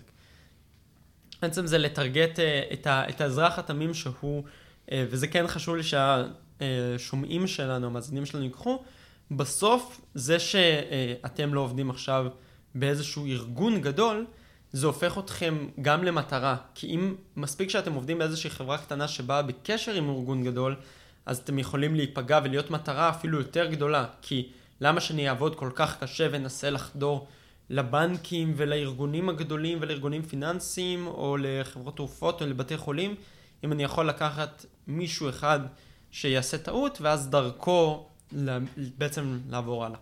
בעצם זה לטרגט את, ה, את האזרח התמים שהוא, וזה כן חשוב לי שהשומעים שלנו, המאזינים שלנו ייקחו, בסוף זה שאתם לא עובדים עכשיו באיזשהו ארגון גדול, זה הופך אתכם גם למטרה, כי אם מספיק שאתם עובדים באיזושהי חברה קטנה שבאה בקשר עם ארגון גדול, אז אתם יכולים להיפגע ולהיות מטרה אפילו יותר גדולה, כי למה שאני אעבוד כל כך קשה ונסה לחדור לבנקים ולארגונים הגדולים ולארגונים פיננסיים או לחברות תרופות או לבתי חולים, אם אני יכול לקחת מישהו אחד שיעשה טעות ואז דרכו בעצם לעבור הלאה.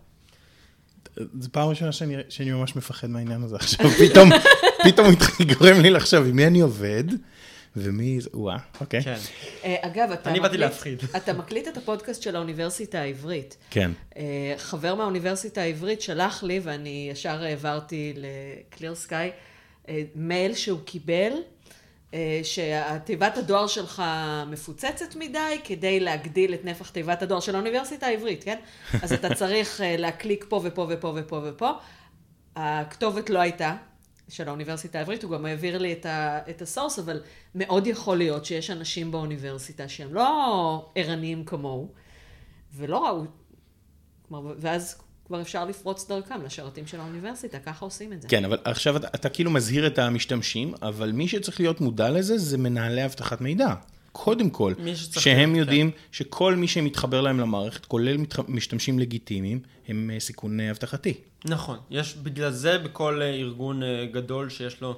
זו פעם ראשונה שאני, שאני ממש מפחד מהעניין הזה עכשיו, פתאום, פתאום גורם לי לחשוב עם מי אני עובד ומי זה, וואה, אוקיי. כן. אגב, אתה אני באתי מקליט, להפחיד. אתה מקליט את הפודקאסט של האוניברסיטה העברית. כן. חבר מהאוניברסיטה העברית שלח לי, ואני ישר העברתי לקליר סקאי, מייל שהוא קיבל, שתיבת הדואר שלך מפוצצת מדי, כדי להגדיל את נפח תיבת הדואר של האוניברסיטה העברית, כן? אז אתה צריך להקליק פה ופה ופה ופה ופה. הכתובת לא הייתה של האוניברסיטה העברית, הוא גם העביר לי את, ה, את הסורס, אבל מאוד יכול להיות שיש אנשים באוניברסיטה שהם לא ערניים כמוהו, ולא ראו, ואז כבר אפשר לפרוץ דרכם לשרתים של האוניברסיטה, ככה עושים את זה. כן, אבל עכשיו אתה, אתה כאילו מזהיר את המשתמשים, אבל מי שצריך להיות מודע לזה, זה מנהלי אבטחת מידע. קודם כל, שהם יודעים כן. שכל מי שמתחבר להם למערכת, כולל משתמשים לגיטימיים, הם סיכון אבטחתי. נכון, יש בגלל זה בכל ארגון גדול שיש לו,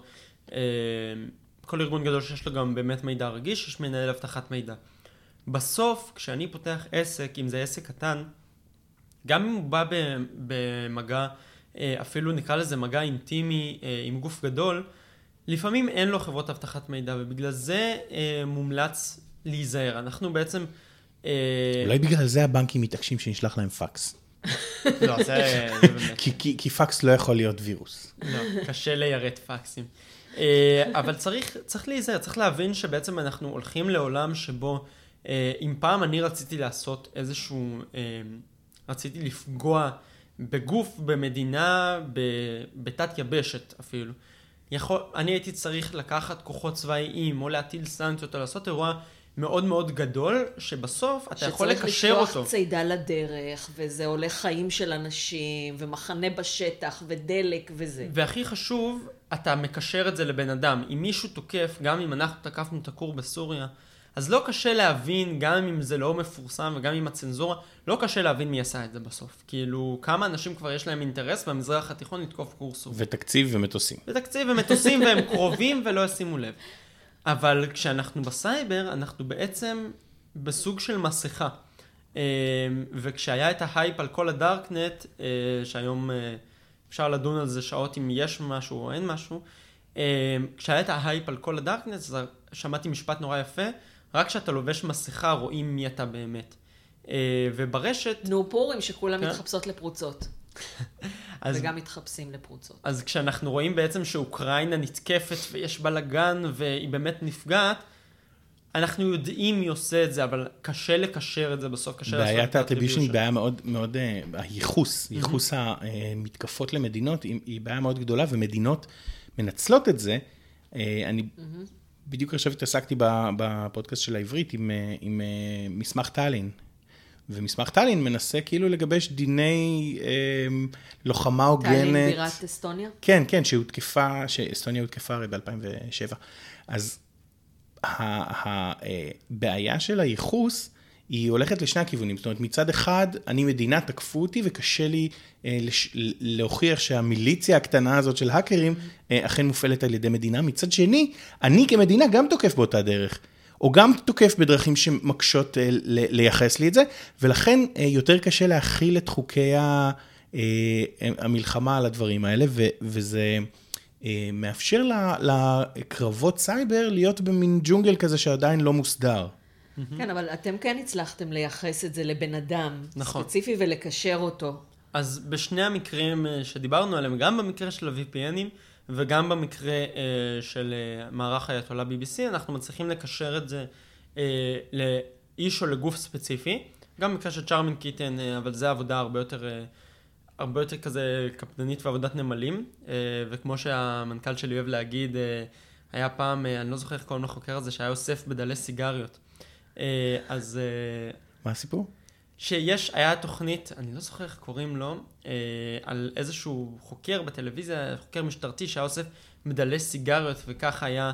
כל ארגון גדול שיש לו גם באמת מידע רגיש, יש מנהל אבטחת מידע. בסוף, כשאני פותח עסק, אם זה עסק קטן, גם אם הוא בא במגע, אפילו נקרא לזה מגע אינטימי עם גוף גדול, לפעמים אין לו חברות אבטחת מידע, ובגלל זה מומלץ להיזהר. אנחנו בעצם... אולי בגלל זה הבנקים מתעקשים שנשלח להם פקס. לא, זה באמת. כי, כי, כי פקס לא יכול להיות וירוס. לא, קשה ליירט פקסים. אבל צריך, צריך להיזהר, צריך להבין שבעצם אנחנו הולכים לעולם שבו, אם פעם אני רציתי לעשות איזשהו, רציתי לפגוע בגוף, במדינה, בתת יבשת אפילו. יכול, אני הייתי צריך לקחת כוחות צבאיים, או להטיל סנקציות, או לעשות אירוע מאוד מאוד גדול, שבסוף אתה יכול לקשר אותו. שצריך לשלוח צידה לדרך, וזה עולה חיים של אנשים, ומחנה בשטח, ודלק וזה. והכי חשוב, אתה מקשר את זה לבן אדם. אם מישהו תוקף, גם אם אנחנו תקפנו את הכור בסוריה, אז לא קשה להבין, גם אם זה לא מפורסם, וגם אם הצנזורה, לא קשה להבין מי עשה את זה בסוף. כאילו, כמה אנשים כבר יש להם אינטרס במזרח התיכון לתקוף כור סורי. ותקציב ומטוסים. ותקציב ומטוסים, והם קרובים ולא ישימו לב. אבל כשאנחנו בסייבר, אנחנו בעצם בסוג של מסכה. וכשהיה את ההייפ על כל הדארקנט, שהיום אפשר לדון על זה שעות אם יש משהו או אין משהו, כשהיה את ההייפ על כל הדארקנט, אז שמעתי משפט נורא יפה, רק כשאתה לובש מסכה רואים מי אתה באמת. וברשת... נו, פורים שכולם מתחפשות לפרוצות. וגם מתחפשים לפרוצות. אז כשאנחנו רואים בעצם שאוקראינה נתקפת ויש בלגן והיא באמת נפגעת, אנחנו יודעים מי עושה את זה, אבל קשה לקשר את זה בסוף, קשה לעשות את בעיית האטריביושן היא בעיה מאוד, מאוד, הייחוס, ייחוס המתקפות למדינות, היא בעיה מאוד גדולה, ומדינות מנצלות את זה. אני בדיוק עכשיו התעסקתי בפודקאסט של העברית עם, עם מסמך טלין, ומסמך טלין מנסה כאילו לגבש דיני אה, לוחמה הוגנת. טלין בירת אסטוניה? כן, כן, שהותקפה, שאסטוניה הותקפה הרי ב-אלפיים ושבע. אז הבעיה של הייחוס היא הולכת לשני הכיוונים. זאת אומרת, מצד אחד, אני מדינה, תקפו אותי, וקשה לי אה, לש, להוכיח שהמיליציה הקטנה הזאת של האקרים, אה, אכן מופעלת על ידי מדינה. מצד שני, אני כמדינה גם תוקף באותה דרך. או גם תוקף בדרכים שמקשות אה, לייחס לי את זה, ולכן אה, יותר קשה להכיל את חוקי ה, אה, המלחמה על הדברים האלה, ו, וזה אה, מאפשר לקרבות סייבר להיות במין ג'ונגל כזה שעדיין לא מוסדר. כן, אבל אתם כן הצלחתם לייחס את זה לבן אדם נכון. ספציפי ולקשר אותו. אז בשני המקרים שדיברנו עליהם, גם במקרה של ה-וי פי אנים וגם במקרה של מערך האייתולה בי בי סי, אנחנו מצליחים לקשר את זה לאיש או לגוף ספציפי. גם במקרה של צ'ארמינג קיטן, אבל זה עבודה הרבה יותר, הרבה יותר כזה קפדנית ועבודת נמלים. וכמו שהמנכ"ל שלי אוהב להגיד, היה פעם, אני לא זוכר איך קוראים לחוקר הזה, שהיה אוסף בדלי סיגריות. אז... מה הסיפור? שיש, היה תוכנית, אני לא זוכר איך קוראים לו, על איזשהו חוקר בטלוויזיה, חוקר משטרתי שהיה אוסף מדלי סיגריות, וכך היה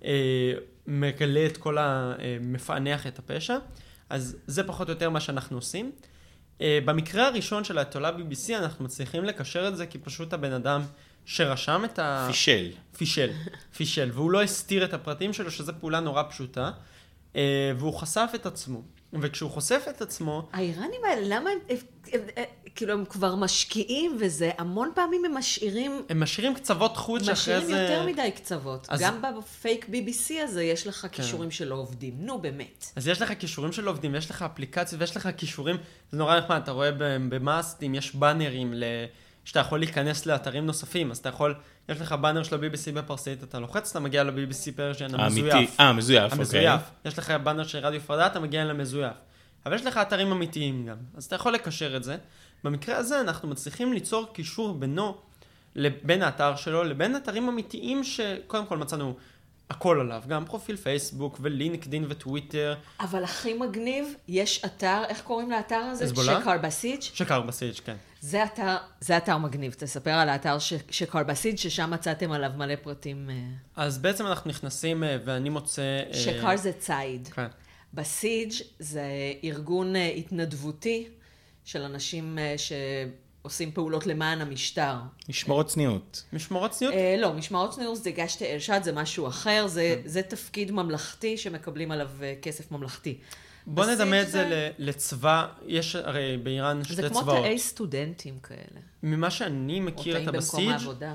מגלה את כל המפענח את הפשע. אז זה פחות או יותר מה שאנחנו עושים. במקרה הראשון של האייתולה בי בי סי, אנחנו מצליחים לקשר את זה, כי פשוט הבן אדם שרשם את ה... פישל. פישל, פישל, והוא לא הסתיר את הפרטים שלו, שזו פעולה נורא פשוטה. והוא חשף את עצמו, וכשהוא חושף את עצמו... האיראנים האלה, למה הם, הם, הם, הם, כאילו הם כבר משקיעים וזה, המון פעמים הם משאירים... הם משאירים קצוות חוץ שאחרי זה... משאירים יותר מדי קצוות. אז... גם בפייק בי בי סי הזה יש לך כישורים כן. שלא עובדים. נו, באמת. אז יש לך כישורים שלא עובדים, ויש לך אפליקציות, ויש לך כישורים... זה נורא נחמד, אתה רואה במאסטים, יש באנרים ל... שאתה יכול להיכנס לאתרים נוספים, אז אתה יכול... יש לך באנר של ה-בי בי סי בפרסית, אתה לוחץ, אתה מגיע ל-בי בי סי פרשן המזויף. אה, מזויף, המזויף. יש לך באנר של רדיו פרדה, אתה מגיע למזויף. אבל יש לך אתרים אמיתיים גם, אז אתה יכול לקשר את זה. במקרה הזה אנחנו מצליחים ליצור קישור בינו, בין האתר שלו, לבין אתרים אמיתיים שקודם כל מצאנו הכל עליו, גם פרופיל פייסבוק ולינקדין וטוויטר. אבל הכי מגניב, יש אתר, איך קוראים לאתר הזה? אזבולה? שקר בסיג'? שקר בסיג', כן. זה אתר, זה אתר מגניב. תספר על האתר ש, שקר בסיג' ששם מצאתם עליו מלא פרטים. אז בעצם אנחנו נכנסים ואני מוצא... שקר זה ציד. כן. בסיג' זה ארגון התנדבותי של אנשים ש... עושים פעולות למען המשטר. משמרות צניעות. משמרות צניעות? אה, לא, משמרות צניעות זה גשת ארשד, זה משהו אחר, זה, זה תפקיד ממלכתי שמקבלים עליו כסף ממלכתי. בוא נדמה את זה לצבא, יש הרי באיראן שתי צבאות. זה כמו תאי סטודנטים כאלה. ממה שאני מכיר את הבסיג',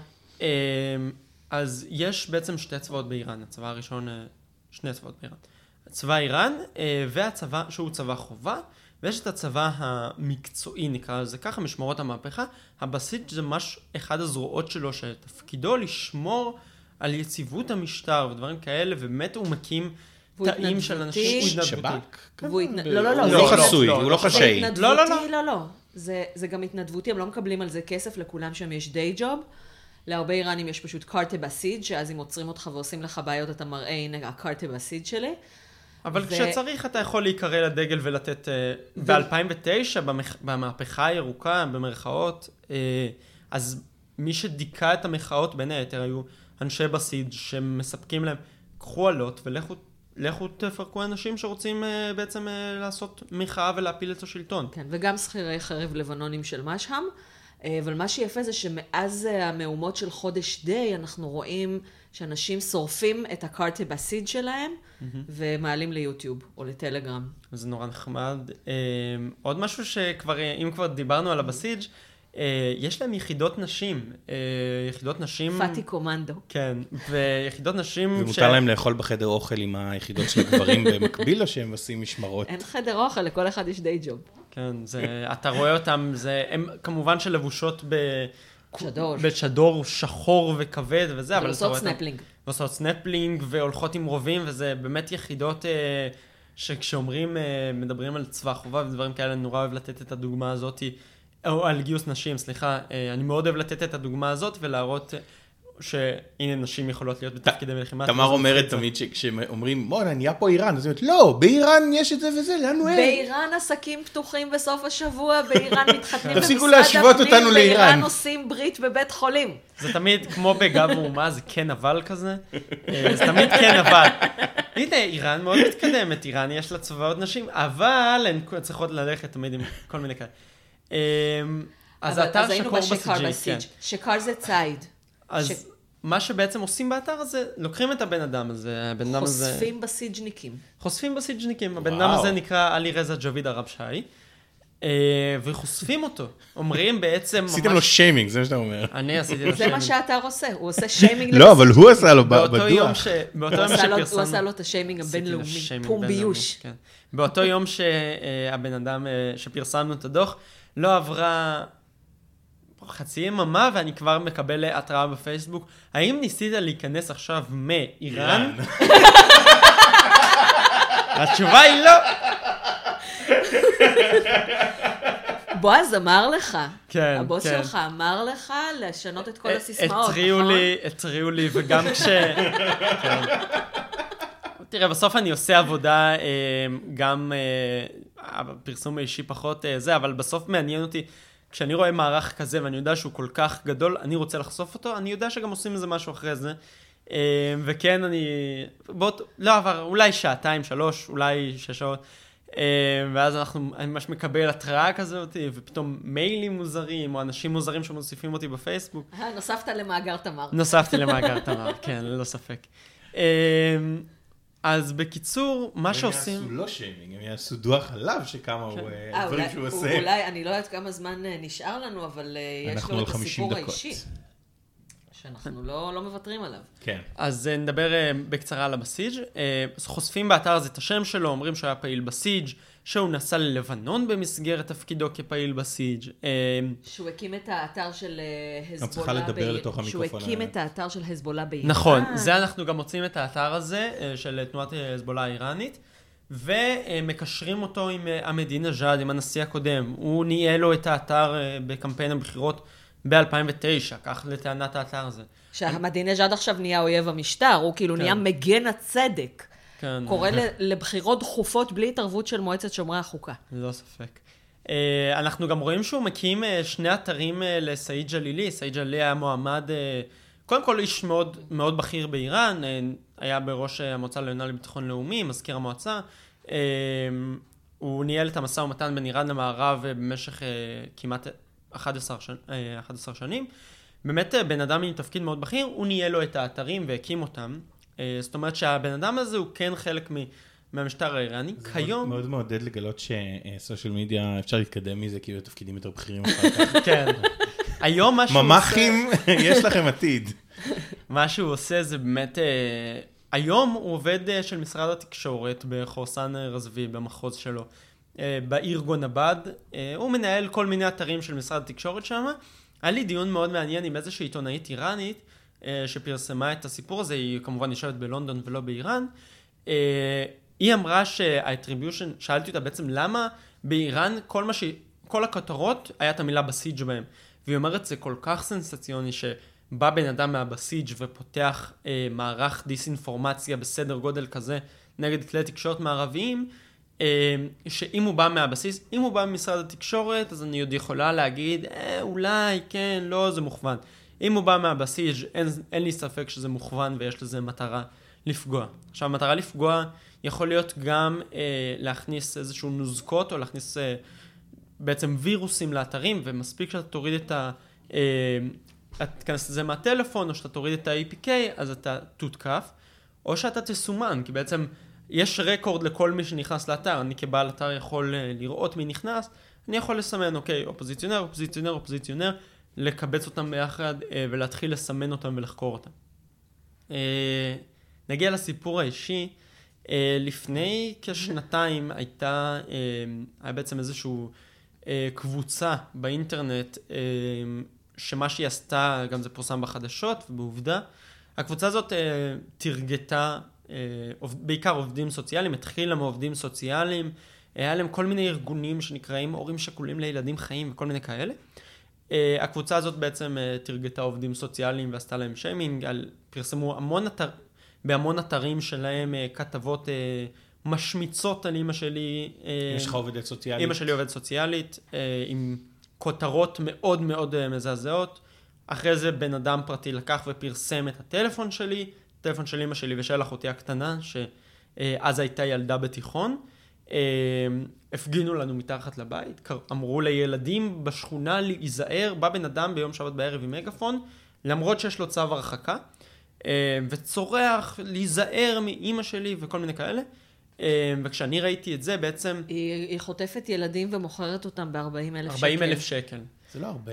אז יש בעצם שתי צבאות באיראן, הצבא הראשון, שני צבאות באיראן. הצבא איראן והצבא שהוא צבא חובה, ויש את הצבא המקצועי, נקרא לזה ככה, משמרות המהפכה. הבסיג' זה ממש אחד הזרועות שלו, שתפקידו לשמור על יציבות המשטר ודברים כאלה, ובאמת הוא מקים תאים של אנשים. הוא שב"כ? לא, לא, לא. הוא לא חסוי, הוא לא חשאי. לא, לא, לא. לא, לא. זה גם התנדבותי, הם לא מקבלים על זה כסף, לכולם שם יש דיי ג'וב. להרבה איראנים יש פשוט קארטה בסיג', שאז אם עוצרים אותך ועושים לך בעיות, אתה מראה, הנה, הקארטה בסיג' שלי. אבל ו... כשצריך אתה יכול להיקרא לדגל ולתת, ו... ב-אלפיים ותשע, במח... במהפכה הירוקה, במרכאות, אז מי שדיקה את המחאות בין היתר היו אנשי בסיג' שמספקים להם, קחו עלות ולכו לכו תפרקו אנשים שרוצים בעצם לעשות מחאה ולהפיל את השלטון. כן, וגם שכירי חרב לבנונים של משהם, אבל מה שיפה זה שמאז המהומות של חודש די, אנחנו רואים שאנשים שורפים את הקארטה בסיד שלהם, mm-hmm. ומעלים ליוטיוב או לטלגרם. זה נורא נחמד. עוד משהו שכבר, אם כבר דיברנו על הבסיד, יש להם יחידות נשים. יחידות נשים... פאטי קומנדו. כן, ויחידות נשים... ומותר ש... להם לאכול בחדר אוכל עם היחידות של הגברים במקביל, או שהם עושים משמרות? אין חדר אוכל, לכל אחד יש די ג'וב. כן, זה, אתה רואה אותם, זה, הם כמובן שלבושות ב... שדור. בשדור שחור וכבד וזה, אבל עושות סנפלינג. ועושות סנפלינג והולכות עם רובים, וזה באמת יחידות אה, שכשאומרים, אה, מדברים על צבא חובה ודברים כאלה, אני נורא אוהב לתת את הדוגמה הזאת, או על גיוס נשים, סליחה, אה, אני מאוד אוהב לתת את הדוגמה הזאת ולהראות, שהנה נשים יכולות להיות בתפקידי מלחימה. תמר אומרת תמיד שכשאומרים, בוא, נהיה פה איראן, אז היא אומרת, לא, באיראן יש את זה וזה, לנו אין. באיראן עסקים פתוחים בסוף השבוע, באיראן מתחתנים תפסיקו במשרד להשוות הפנים, אותנו לאיראן. באיראן עושים ברית בבית חולים. זה תמיד כמו בגב אומה, זה כן אבל כזה. זה תמיד כן אבל. הנה, איראן מאוד מתקדמת, איראן יש לה צבאות נשים, אבל הן צריכות ללכת תמיד עם כל מיני כאלה. אז האתר שקור בסיג'י, כן. שקר זה ציד. אז מה שבעצם עושים באתר הזה, לוקחים את הבן אדם הזה, הבן אדם הזה... חושפים בסיג'ניקים. חושפים בסיג'ניקים. הבן אדם הזה נקרא עלי רזה ג'ויד ערב שי, וחושפים אותו. אומרים בעצם... עשיתם לו שיימינג, זה מה שאתה אומר. אני עשיתי לו זה שיימינג. מה שהאתר עושה, הוא עושה שיימינג. לא, אבל הוא עשה לו בדוח. באותו יום שפרסמנו... הוא עשה לו את השיימינג הבינלאומי, פומביוש. באותו יום שהבן אדם שפרסמנו את הדוח, לא עברה חצי יממה ואני כבר מקבל התראה בפייסבוק. האם ניסית להיכנס עכשיו מאיראן? התשובה היא לא. בועז אמר לך, כן, הבוס כן. שלך אמר לך לשנות את כל הסיסמאות, התריעו נכון? לי, התריעו לי, וגם כש... כן. תראה, בסוף אני עושה עבודה, גם הפרסום האישי פחות זה, אבל בסוף מעניין אותי, כשאני רואה מערך כזה ואני יודע שהוא כל כך גדול, אני רוצה לחשוף אותו, אני יודע שגם עושים איזה משהו אחרי זה, וכן, אני... בוא, לא עבר, אולי שעתיים, שלוש, אולי שש שעות, ואז אנחנו, אני ממש מקבל התראה כזאת, ופתאום מיילים מוזרים, או אנשים מוזרים שמוסיפים אותי בפייסבוק. נוספת למאגר תמר. נוספתי למאגר תמר, כן, ללא ספק. אז בקיצור, מה שעושים... הם יעשו לא שיימינג, הם יעשו דוח עליו שכמה הוא, דברים שהוא עושה. אולי, אני לא יודעת כמה זמן נשאר לנו, אבל יש לו את הסיפור האישי. שאנחנו לא, לא מוותרים עליו. כן. אז נדבר בקצרה על הבסיג'. חושפים באתר הזה את השם שלו, אומרים שהוא היה פעיל בסיג', שהוא נסע ללבנון במסגרת תפקידו כפעיל בסיג'. שהוא הקים את האתר של הזבולה... את צריכה לדבר לתוך המיקרופון. שהוא הקים את האתר של הזבולה באיראן. נכון, זה אנחנו גם מוצאים את האתר הזה של תנועת הזבולה האיראנית, ומקשרים אותו עם אחמדינג'אד, עם הנשיא הקודם. הוא ניהל לו את האתר בקמפיין הבחירות ב-אלפיים ותשע, כך לטענת האתר הזה. שהאחמדינג'אד עכשיו נהיה אויב המשטר, הוא כאילו נהיה מגן הצדק. כן. קורא לבחירות דחופות בלי התערבות של מועצת שומרי החוקה. לא ספק. אנחנו גם רואים שהוא מקים שני אתרים לסעיד ג'לילי. סעיד ג'לילי היה מועמד, קודם כל איש מאוד, מאוד בכיר באיראן, היה בראש המועצה העליונה לביטחון לאומי, מזכיר המועצה. הוא ניהל את המשא ומתן בין איראן למערב במשך כמעט אחת עשרה שנים. באמת בן אדם עם תפקיד מאוד בכיר, הוא ניהל לו את האתרים והקים אותם. זאת אומרת שהבן אדם הזה הוא כן חלק מהמשטר האיראני. כיום... זה מאוד מעודד לגלות שסושיאל מדיה, אפשר להתקדם מזה, כי תפקידים יותר בכירים אחר כך. כן. היום מה שהוא עושה... ממחים, יש לכם עתיד. מה שהוא עושה זה באמת... היום הוא עובד של משרד התקשורת בחורסן רזבי, במחוז שלו, בעיר גונבד. הוא מנהל כל מיני אתרים של משרד התקשורת שם. היה לי דיון מאוד מעניין עם איזושהי עיתונאית איראנית, שפרסמה את הסיפור הזה, היא כמובן יושבת בלונדון ולא באיראן. היא אמרה שהאטריביושן, שאלתי אותה בעצם למה באיראן כל מה ש... כל הכותרות היה את המילה בסיג' בהם. והיא אומרת זה כל כך סנסציוני שבא בן אדם מהבסיג' ופותח אה, מערך דיסאינפורמציה בסדר גודל כזה נגד כלי תקשורת מערביים, אה, שאם הוא בא מהבסיס, אם הוא בא ממשרד התקשורת, אז אני עוד יכולה להגיד, אה, אולי, כן, לא, זה מוכוון. אם הוא בא מהבסיג' אין, אין לי ספק שזה מוכוון ויש לזה מטרה לפגוע. עכשיו, מטרה לפגוע יכול להיות גם אה, להכניס איזשהו נוזקות או להכניס אה, בעצם וירוסים לאתרים, ומספיק שאתה תוריד את ה... אה, את תכנס לזה מהטלפון, או שאתה תוריד את ה-איי פי קיי, אז אתה תותקף, או שאתה תסומן, כי בעצם יש רקורד לכל מי שנכנס לאתר. אני כבעל אתר יכול אה, לראות מי נכנס, אני יכול לסמן, אוקיי, אופוזיציונר, אופוזיציונר, אופוזיציונר, לקבץ אותם ביחד אה, ולהתחיל לסמן אותם ולחקור אותם. אה, נגיע לסיפור האישי. אה, לפני כשנתיים הייתה, אה, היה בעצם איזשהו אה, קבוצה באינטרנט, אה, שמה שהיא עשתה, גם זה פורסם בחדשות ובעובדה, הקבוצה הזאת אה, תרגתה, אה, עובד, בעיקר עובדים סוציאליים, התחילה מעובדים סוציאליים, היה להם כל מיני ארגונים שנקראים הורים שכולים לילדים חיים וכל מיני כאלה, הקבוצה הזאת בעצם תרגתה עובדים סוציאליים ועשתה להם שיימינג, פרסמו המון אתר, בהמון אתרים שלהם כתבות משמיצות על אמא שלי. יש לך עובדת סוציאלית? אמא שלי עובדת סוציאלית, עם כותרות מאוד מאוד מזעזעות. אחרי זה בן אדם פרטי לקח ופרסם את הטלפון שלי, הטלפון של אמא שלי ושל אחותי הקטנה, שאז הייתה ילדה בתיכון. הפגינו לנו מתחת לבית, אמרו לילדים בשכונה להיזהר, בא בן אדם ביום שבת בערב עם מגפון, למרות שיש לו צו הרחקה, וצורח להיזהר מאמא שלי וכל מיני כאלה. וכשאני ראיתי את זה בעצם... היא, היא חוטפת ילדים ומוכרת אותם ב-ארבעים אלף שקל. ארבעים אלף שקל. זה לא הרבה.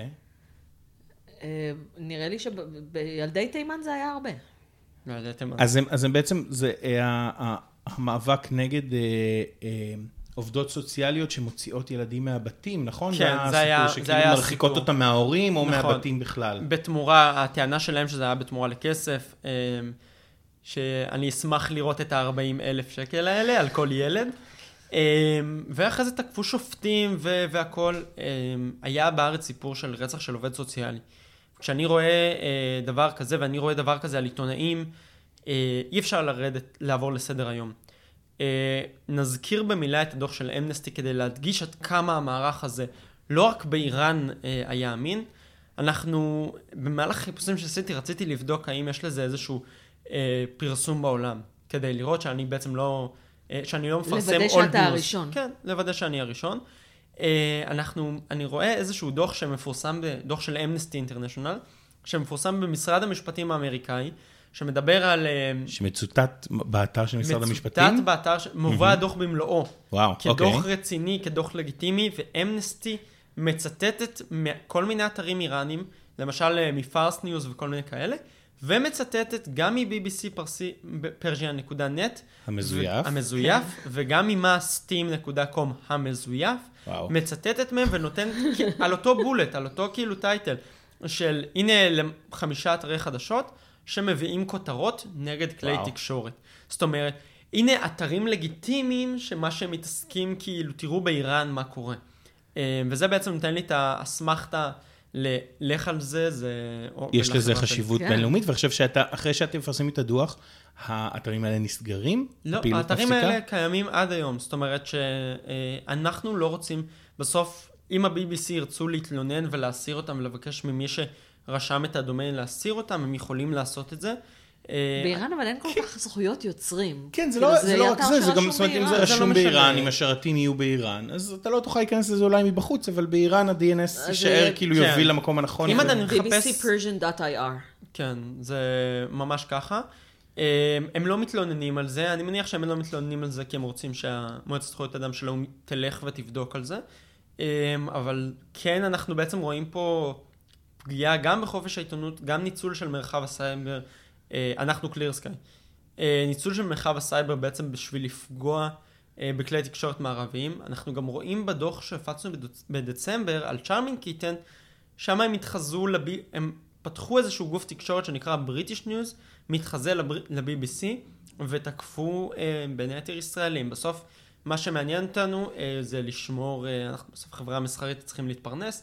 נראה לי שבילדי תימן זה היה הרבה. בילדי תימן. אז הם, אז הם בעצם, זה המאבק נגד עובדות סוציאליות שמוציאות ילדים מהבתים, נכון? כן, זה היה... שכאילו מרחיקות אותם מההורים או מהבתים בכלל. בתמורה, הטענה שלהם שזה היה בתמורה לכסף, שאני אשמח לראות את ה-ארבעים אלף שקל האלה על כל ילד. ואחרי זה תקפו שופטים והכל. היה בארץ סיפור של רצח של עובד סוציאלי. כשאני רואה דבר כזה, ואני רואה דבר כזה על עיתונאים, אי אפשר לרדת, לעבור לסדר היום. נזכיר במילה את הדוח של אמנסטי כדי להדגיש עד כמה המערך הזה לא רק באיראן היה אמין. אנחנו, במהלך חיפושים שעשיתי, רציתי לבדוק האם יש לזה איזשהו פרסום בעולם, כדי לראות שאני בעצם לא, שאני לא מפרסם לוודא שאתה הראשון. כן, לוודא שאני הראשון. אנחנו, אני רואה איזשהו דוח שמפורסם, דוח של אמנסטי אינטרנשיונל, שמפורסם במשרד המשפטים האמריקאי, שמדבר על... שמצוטט באתר של משרד המשפטים? מצוטט באתר, מובא הדוח במלואו. וואו, אוקיי. כדוח רציני, כדוח לגיטימי, ואמנסטי מצטטת כל מיני אתרים איראנים, למשל מפארס ניוז וכל מיני כאלה, ומצטטת גם מ-בי בי סי פרשיאן נקודה נט, המזויף, המזויף, וגם מ-סטים נקודה קום המזויף, מצטטת מהם ונותנת על אותו בולט, על אותו כאילו טייטל, של הנה חמישה אתרי חדשות, שמביאים כותרות נגד כלי וואו. תקשורת. זאת אומרת, הנה אתרים לגיטימיים, שמה שהם מתעסקים כאילו, תראו באיראן מה קורה. וזה בעצם נותן לי את האסמכתה, לך על זה, זה... יש לזה חשיבות בינלאומית, ואחשב שאתה, אחרי שאתם מפרסמים את הדוח, האתרים האלה נסגרים? לא, האתרים האלה קיימים עד היום. זאת אומרת שאנחנו לא רוצים, בסוף, אם ה-בי בי סי ירצו להתלונן ולהסיר אותם, ולבקש ממי שרשם את הדומיין להסיר אותם, הם יכולים לעשות את זה. באיראן אבל אין כל כך זכויות יוצרים. כן, זה לא רק זה, זה גם, זאת אומרת, אם זה רשום באיראן, אם השרתים יהיו באיראן, אז אתה לא תוכל להיכנס לזה אולי מבחוץ, אבל באיראן ה-די אן אס יישאר כאילו יוביל למקום הנכון. אם אתה מחפש... בי בי סי פרשיאן דוט איי אר. כן, זה ממש ככה. הם לא מתלוננים על זה, אני מניח שהם לא מתלוננים על זה, כי הם רוצים שהמועצת זכויות אדם שלו תלך ותבדוק על זה. אבל כן, אנחנו בעצם רואים פה פגיעה גם בחופש העיתונות, גם ניצול של מרחב הסייבר, אנחנו קלירסקאי. ניצול של מרחב הסייבר בעצם בשביל לפגוע בכלי תקשורת מערביים. אנחנו גם רואים בדוח שהפצנו בדצמבר על צ'ארמינג קיטן, שם הם התחזו, לב... הם פתחו איזשהו גוף תקשורת שנקרא בריטיש ניוז, מתחזה ל-בי בי סי, ותקפו בין היתר ישראלים. בסוף מה שמעניין אותנו זה לשמור, אנחנו בסוף חברה מסחרית צריכים להתפרנס,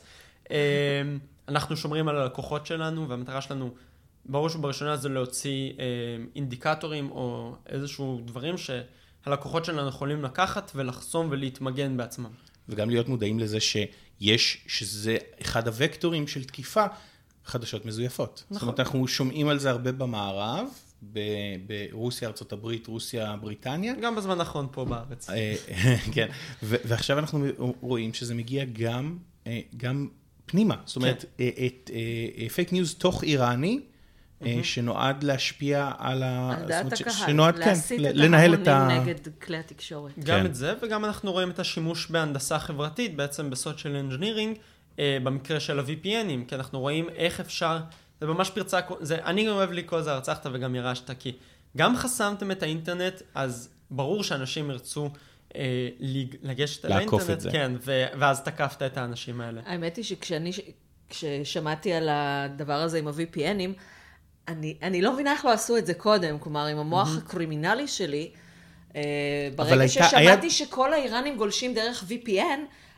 אנחנו שומרים על הלקוחות שלנו, והמטרה שלנו בראש ובראשונה זה להוציא אה, אינדיקטורים או איזשהו דברים שהלקוחות שלנו יכולים לקחת ולחסום ולהתמגן בעצמם. וגם להיות מודעים לזה שיש, שזה אחד הוקטורים של תקיפה, חדשות מזויפות. נכון. זאת אומרת, אנחנו שומעים על זה הרבה במערב, ברוסיה, ארצות הברית, רוסיה, בריטניה. גם בזמן האחרון פה בארץ. כן, ועכשיו אנחנו רואים שזה מגיע גם, גם פנימה. זאת אומרת, את פייק ניוז תוך איראני, שנועד להשפיע על ה... על דעת הקהל, שנועד, להסיט כן, את לנהל ההמונים נגד כלי התקשורת. גם כן. את זה, וגם אנחנו רואים את השימוש בהנדסה חברתית, בעצם בסושיאל אנג'ינירינג, במקרה של ה-וי פי אנים, כי אנחנו רואים איך אפשר, זה ממש פרצה, זה, אני אוהב לקרוא זה הרצחת וגם ירשת, כי גם חסמתם את האינטרנט, אז ברור שאנשים ירצו אה, לגשת לאינטרנט, כן, ו- ואז תקפת את האנשים האלה. האמת היא שכשאני, כששמעתי על הדבר הזה עם ה-וי פי אנים, אני, אני לא מבינה איך לא עשו את זה קודם, כלומר, עם המוח הקרימינלי שלי, ברגע ששמעתי שכל האיראנים גולשים דרך וי פי אן,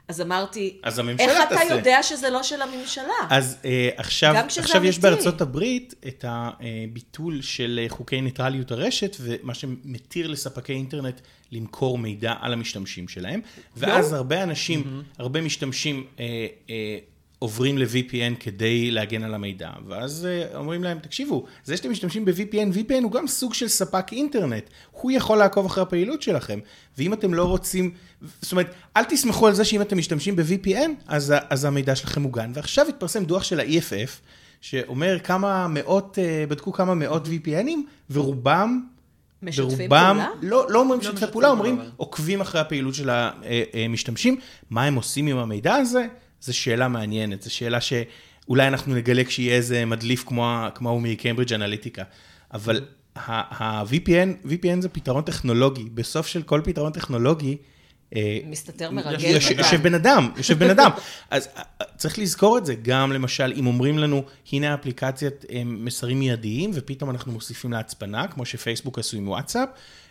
אז אמרתי, אז הממשלה איך אתה תעשה. יודע שזה לא של הממשלה? אז אה, עכשיו, גם כשזה עכשיו יש אמיתי. בארצות הברית את הביטול של אה, חוקי ניטרליות הרשת, ומה שמתיר לספקי אינטרנט למכור מידע על המשתמשים שלהם, ואז הרבה אנשים, הרבה משתמשים אה, אה, עוברים ל-וי פי אן כדי להגן על המידע, ואז אה, אומרים להם, תקשיבו, זה שאתם משתמשים ב-וי פי אן, וי פי אן הוא גם סוג של ספק אינטרנט, הוא יכול לעקוב אחרי הפעילות שלכם, ואם אתם לא רוצים, זאת אומרת, אל תסמכו על זה שאם אתם משתמשים ב-וי פי אן, אז, אז המידע שלכם מוגן, ועכשיו התפרסם דוח של ה-אי אף אף, שאומר כמה מאות, בדקו כמה מאות וי פי אנים, ורובם, משתפים ברובם, פעולה? לא, לא אומרים משתפי פעולה, אומרים, אבל. עוקבים אחרי הפעילות של המשתמשים, מה הם עושים עם המידע הזה? זו שאלה מעניינת, זו שאלה שאולי אנחנו נגלה כשיהיה איזה מדליף כמו, כמו הוא מקיימברידג' אנליטיקה, אבל ה-וי פי אן, וי פי אן זה פתרון טכנולוגי, בסוף של כל פתרון טכנולוגי, מסתתר מרגל. יש- יושב בן אדם, יושב בן אדם. אז צריך לזכור את זה, גם למשל, אם אומרים לנו, הנה האפליקציית מסרים מיידיים, ופתאום אנחנו מוסיפים לה הצפנה, כמו שפייסבוק עשו עם וואטסאפ,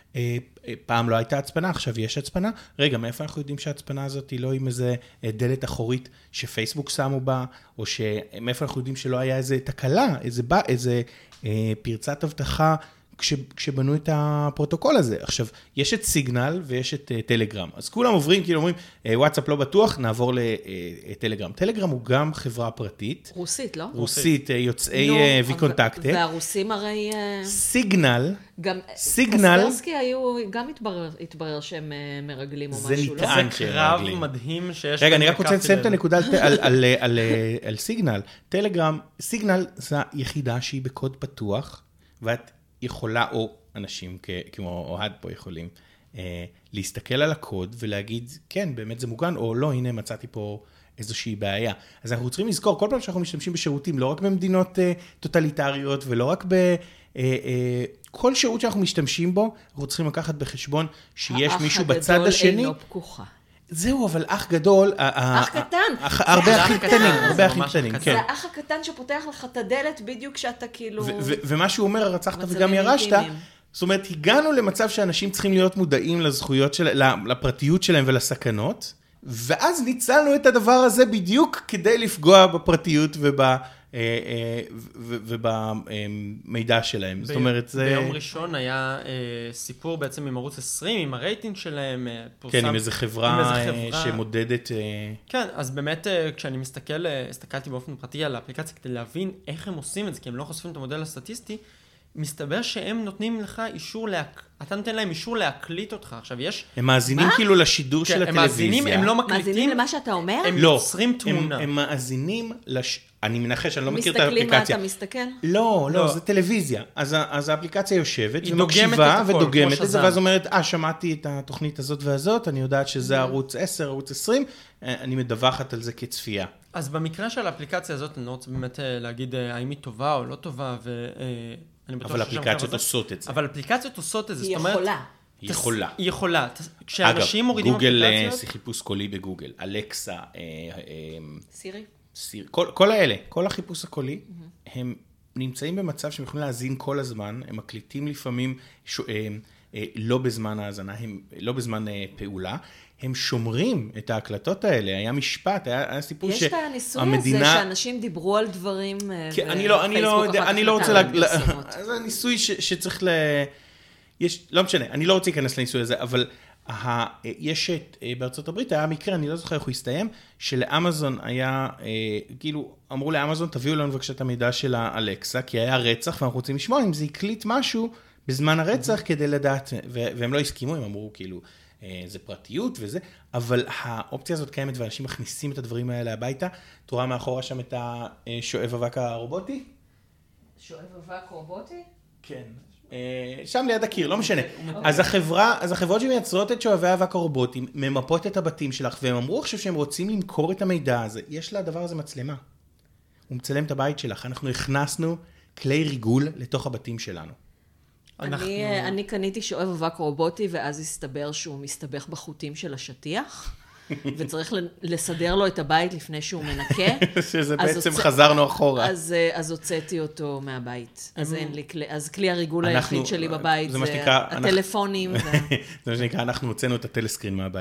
פעם לא הייתה הצפנה, עכשיו יש הצפנה. רגע, מאיפה אנחנו יודעים שההצפנה הזאת היא לא עם איזה דלת אחורית שפייסבוק שמו בה, או מאיפה אנחנו יודעים שלא היה איזה תקלה, איזה, איזה אה, פרצת הבטחה, כש, כשבנו את הפרוטוקול הזה. עכשיו, יש את סיגנל ויש את uh, טלגרם. אז כולם עוברים, כאילו אומרים, וואטסאפ לא בטוח, נעבור לטלגרם. טלגרם הוא גם חברה פרטית. רוסית, לא? רוסית, יוצאי נו, ויקונטקטה. והרוסים הרי... סיגנל, גם סיגנל, קספרסקי היו, גם התברר, התברר שהם אה, מרגלים או זה משהו, לא? נטען. זה שהם קרב רגלים. מדהים שיש... רגע, בין אני רק רוצה הקאפל לציין את האלה. הנקודה על, על, על, על, על סיגנל. טלגרם, סיגנל זה היחידה שהיא בקוד פתוח, ואת יכולה, או אנשים כ- כמו אוהד פה יכולים, אה, להסתכל על הקוד ולהגיד, כן, באמת זה מוגן, או לא, הנה מצאתי פה איזושהי בעיה. אז אנחנו צריכים לזכור, כל פעם שאנחנו משתמשים בשירותים, לא רק במדינות אה, טוטליטריות, ולא רק ב... אה, אה, כל שירות שאנחנו משתמשים בו, אנחנו צריכים לקחת בחשבון שיש מישהו בצד האח השני. הגדול אינו פקוחה. זהו, אבל אח גדול... אח קטן. הרבה אחים קטן. קטנים, הרבה זה אחים ממש קטנים, אח כן. זה האח הקטן שפותח לך את הדלת בדיוק כשאתה כאילו... ו- ו- ומה שהוא אומר, רצחת מצבים וגם ירשת, אינטימיים. זאת אומרת, הגענו למצב שאנשים צריכים להיות מודעים לזכויות של... לפרטיות שלהם ולסכנות, ואז ניצלנו את הדבר הזה בדיוק כדי לפגוע בפרטיות וב... ובמידע שלהם. זאת אומרת, זה... ביום ראשון היה אה, סיפור בעצם עם ערוץ עשרים, עם הרייטינג שלהם, אה, פורסם... כן, עם איזה חברה, עם איזה חברה. שמודדת... אה, כן, אז באמת אה, כשאני מסתכל, אה, הסתכלתי באופן פרטי על האפליקציה כדי להבין איך הם עושים את זה, כי הם לא חושפים את המודל הסטטיסטי, מסתבר שהם נותנים לך אישור, להק... אתה נותן להם אישור להקליט אותך. עכשיו יש... הם מאזינים כאילו לשידור של כן, הם הטלוויזיה. מאזינים, הם לא מקליטים. מאזינים למה שאתה אומר? הם לא, יוצרים תמונה. הם, הם מאזינים, לש... אני מנחש, אני לא מכיר את מסתכלים מה האפליקציה. אתה מסתכל? לא, לא, לא. זה טלוויזיה. אז, ה- אז האפליקציה יושבת היא ומקשיבה דוגמת את הכל, ודוגמת כמו את זה, שזם. ואז אומרת, אה, שמעתי את התוכנית הזאת והזאת, אני יודעת שזה ערוץ עשר, ערוץ עשרים, אה, אני מדווחת על זה כצפייה. אז במקרה של האפליקציה הזאת, אני לא רוצה באמת אה, להגיד אה, האם היא טובה או לא טובה, ואני בטוח אבל ששם אפליקציות חבר'ה זה. עושות את זה. אבל אפליקציות עושות את זה, היא זאת אומרת... יכולה. היא יכולה. היא יכולה. ת- אגב, כשאנשים מורידים גוגל, אה, אפליקציות... זה חיפוש קולי בגוגל, אלקסה, אה, אה, סירי? סיר, כל, כל האלה, כל החיפוש הקולי, הם נמצאים במצב שהם יכולים להאזין כל הזמן, הם מקליטים לפעמים ש... אה, אה, לא בזמן ההאזנה, הם לא בזמן אה, פעולה, הם שומרים את ההקלטות האלה, היה משפט, היה, היה סיפור יש את הניסוי הזה שהמדינה... שאנשים דיברו על דברים, כן, אני לא, אני לא, ופייסבוק יודע, אחר אני כך לא רוצה, נתן לה... להם פרסומות. זה ניסוי ש... שצריך ל... יש, לא משנה, אני לא רוצה להיכנס לניסוי הזה, אבל ה... יש את, בארצות הברית היה מקרה, אני לא זוכר איך הוא הסתיים, שלאמזון היה, כאילו, אמרו לאמזון, תביאו לנו בבקשה את המידע של האלקסה, כי היה רצח, ואנחנו רוצים לשמוע אם זה הקליט משהו בזמן הרצח כדי לדעת, והם לא הסכימו, הם אמרו, כאילו, זה פרטיות וזה, אבל האופציה הזאת קיימת, ואנשים מכניסים את הדברים האלה הביתה. אתה רואה מאחורה שם את השואב אבק הרובוטי? שואב אבק רובוטי? כן. שם ליד הקיר, לא משנה. אז החברה, אז החברות שמייצרות את שואבי האבק הרובוטים, ממפות את הבתים שלך, והם אמרו עכשיו שהם רוצים למכור את המידע הזה. יש לדבר הזה מצלמה. הוא מצלם את הבית שלך. אנחנו הכנסנו כלי ריגול לתוך הבתים שלנו. אנחנו... אני, אני קניתי שואב אבק רובוטי, ואז הסתבר שהוא מסתבך בחוטים של השטיח, וצריך לסדר לו את הבית לפני שהוא מנקה. שזה אז בעצם הוצא... חזרנו אחורה. אז, אז הוצאתי אותו מהבית. אז אין לי כלי, אז כלי הריגול אנחנו- היחיד שלי בבית זה זה מה שנקרא, אנחנו- הטלפונים. וה... זה מה שנקרא, אנחנו הוצאנו את הטלסקרין מהבית.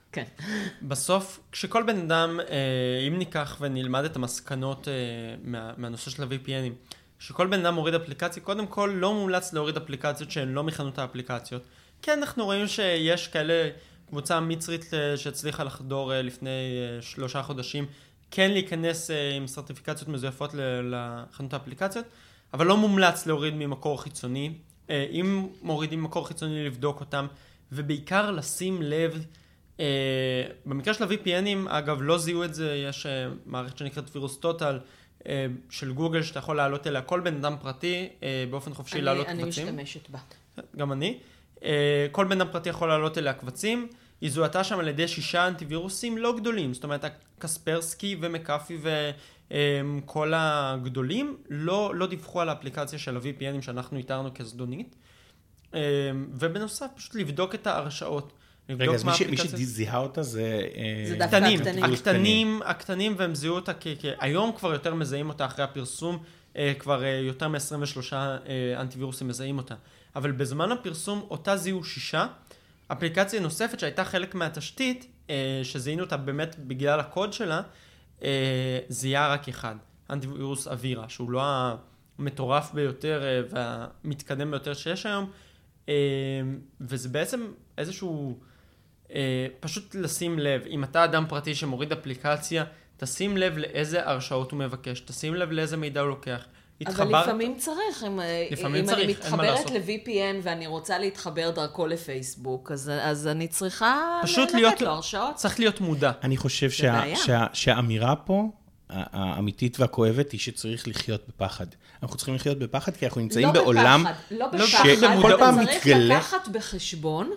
כן. בסוף, כשכל בן אדם, אם ניקח ונלמד את המסקנות מה, מהנושא של ה-וי פי אנים, שכל בן אדם מוריד אפליקציה, קודם כל לא מומלץ להוריד אפליקציות שהן לא מחנות האפליקציות. כן, אנחנו רואים שיש כאלה קבוצה מצרית שהצליחה לחדור לפני שלושה חודשים, כן להיכנס עם סרטיפיקציות מזויפות לחנות האפליקציות, אבל לא מומלץ להוריד ממקור חיצוני. אם מורידים ממקור חיצוני לבדוק אותם, ובעיקר לשים לב, במקרה של ה-וי פי אנים, אגב, לא זיהו את זה, יש מערכת שנקראת וירוס טוטל, של גוגל, שאתה יכול לעלות אליה כל בן אדם פרטי, באופן חופשי אני, לעלות אני קבצים. אני משתמשת בה. גם אני. כל בן אדם פרטי יכול לעלות אליה קבצים. היא זוהתה שם על ידי שישה אנטיווירוסים לא גדולים. זאת אומרת, קספרסקי ומקאפי וכל הגדולים לא, לא דיווחו על האפליקציה של ה-וי פי אנים שאנחנו איתרנו כזדונית. ובנוסף, פשוט לבדוק את ההרשאות. רגע, אז מי שזיהה אותה זה... זה דווקא הקטנים. הקטנים, הקטנים, והם זיהו אותה, כי היום כבר יותר מזהים אותה אחרי הפרסום, כבר יותר מ-עשרים ושלושה אנטיווירוסים מזהים אותה. אבל בזמן הפרסום, אותה זיהו שישה. אפליקציה נוספת שהייתה חלק מהתשתית, שזיהינו אותה באמת בגלל הקוד שלה, זיהה רק אחד. אנטיווירוס אווירה, שהוא לא המטורף ביותר והמתקדם ביותר שיש היום. וזה בעצם איזשהו... פשוט לשים לב, אם אתה אדם פרטי שמוריד אפליקציה, תשים לב לאיזה הרשאות הוא מבקש, תשים לב לאיזה מידע הוא לוקח. אבל לפעמים צריך, אם, לפעמים אם צריך, אני מתחברת ל-וי פי אן ואני רוצה להתחבר דרכו לפייסבוק, אז, אז אני צריכה פשוט לתת לו הרשאות. צריך להיות מודע. אני חושב שה, שה, שהאמירה פה, האמיתית והכואבת, היא שצריך לחיות בפחד. אנחנו צריכים לחיות בפחד, כי אנחנו נמצאים לא בעולם... בפחד, לא בפחד, שכל פעם צריך מתגלה... לקחת בחשבון,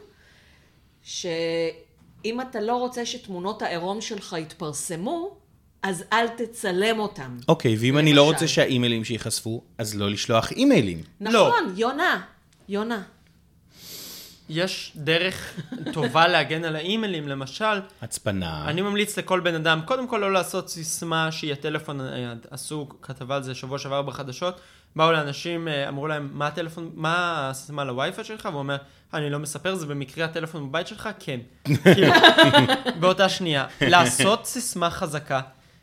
שאם אתה לא רוצה שתמונות העירום שלך יתפרסמו, אז אל תצלם אותם. אוקיי, ואם אני לא רוצה שהאימיילים שיחשפו, אז לא לשלוח אימיילים. נכון, יונה, יונה. יש דרך טובה להגן על האימיילים, למשל. הצפנה. אני ממליץ לכל בן אדם, קודם כל לא לעשות סיסמה שהיא הטלפון הנייד. עשו כתבה על זה שבוע שעבר בחדשות, באו לאנשים, אמרו להם, מה הטלפון, מה הסיסמה לווי-פיי שלך? והוא אומר, אני לא מספר, זה במקרה הטלפון בבית שלך? כן. באותה שנייה. לעשות סיסמה חזקה.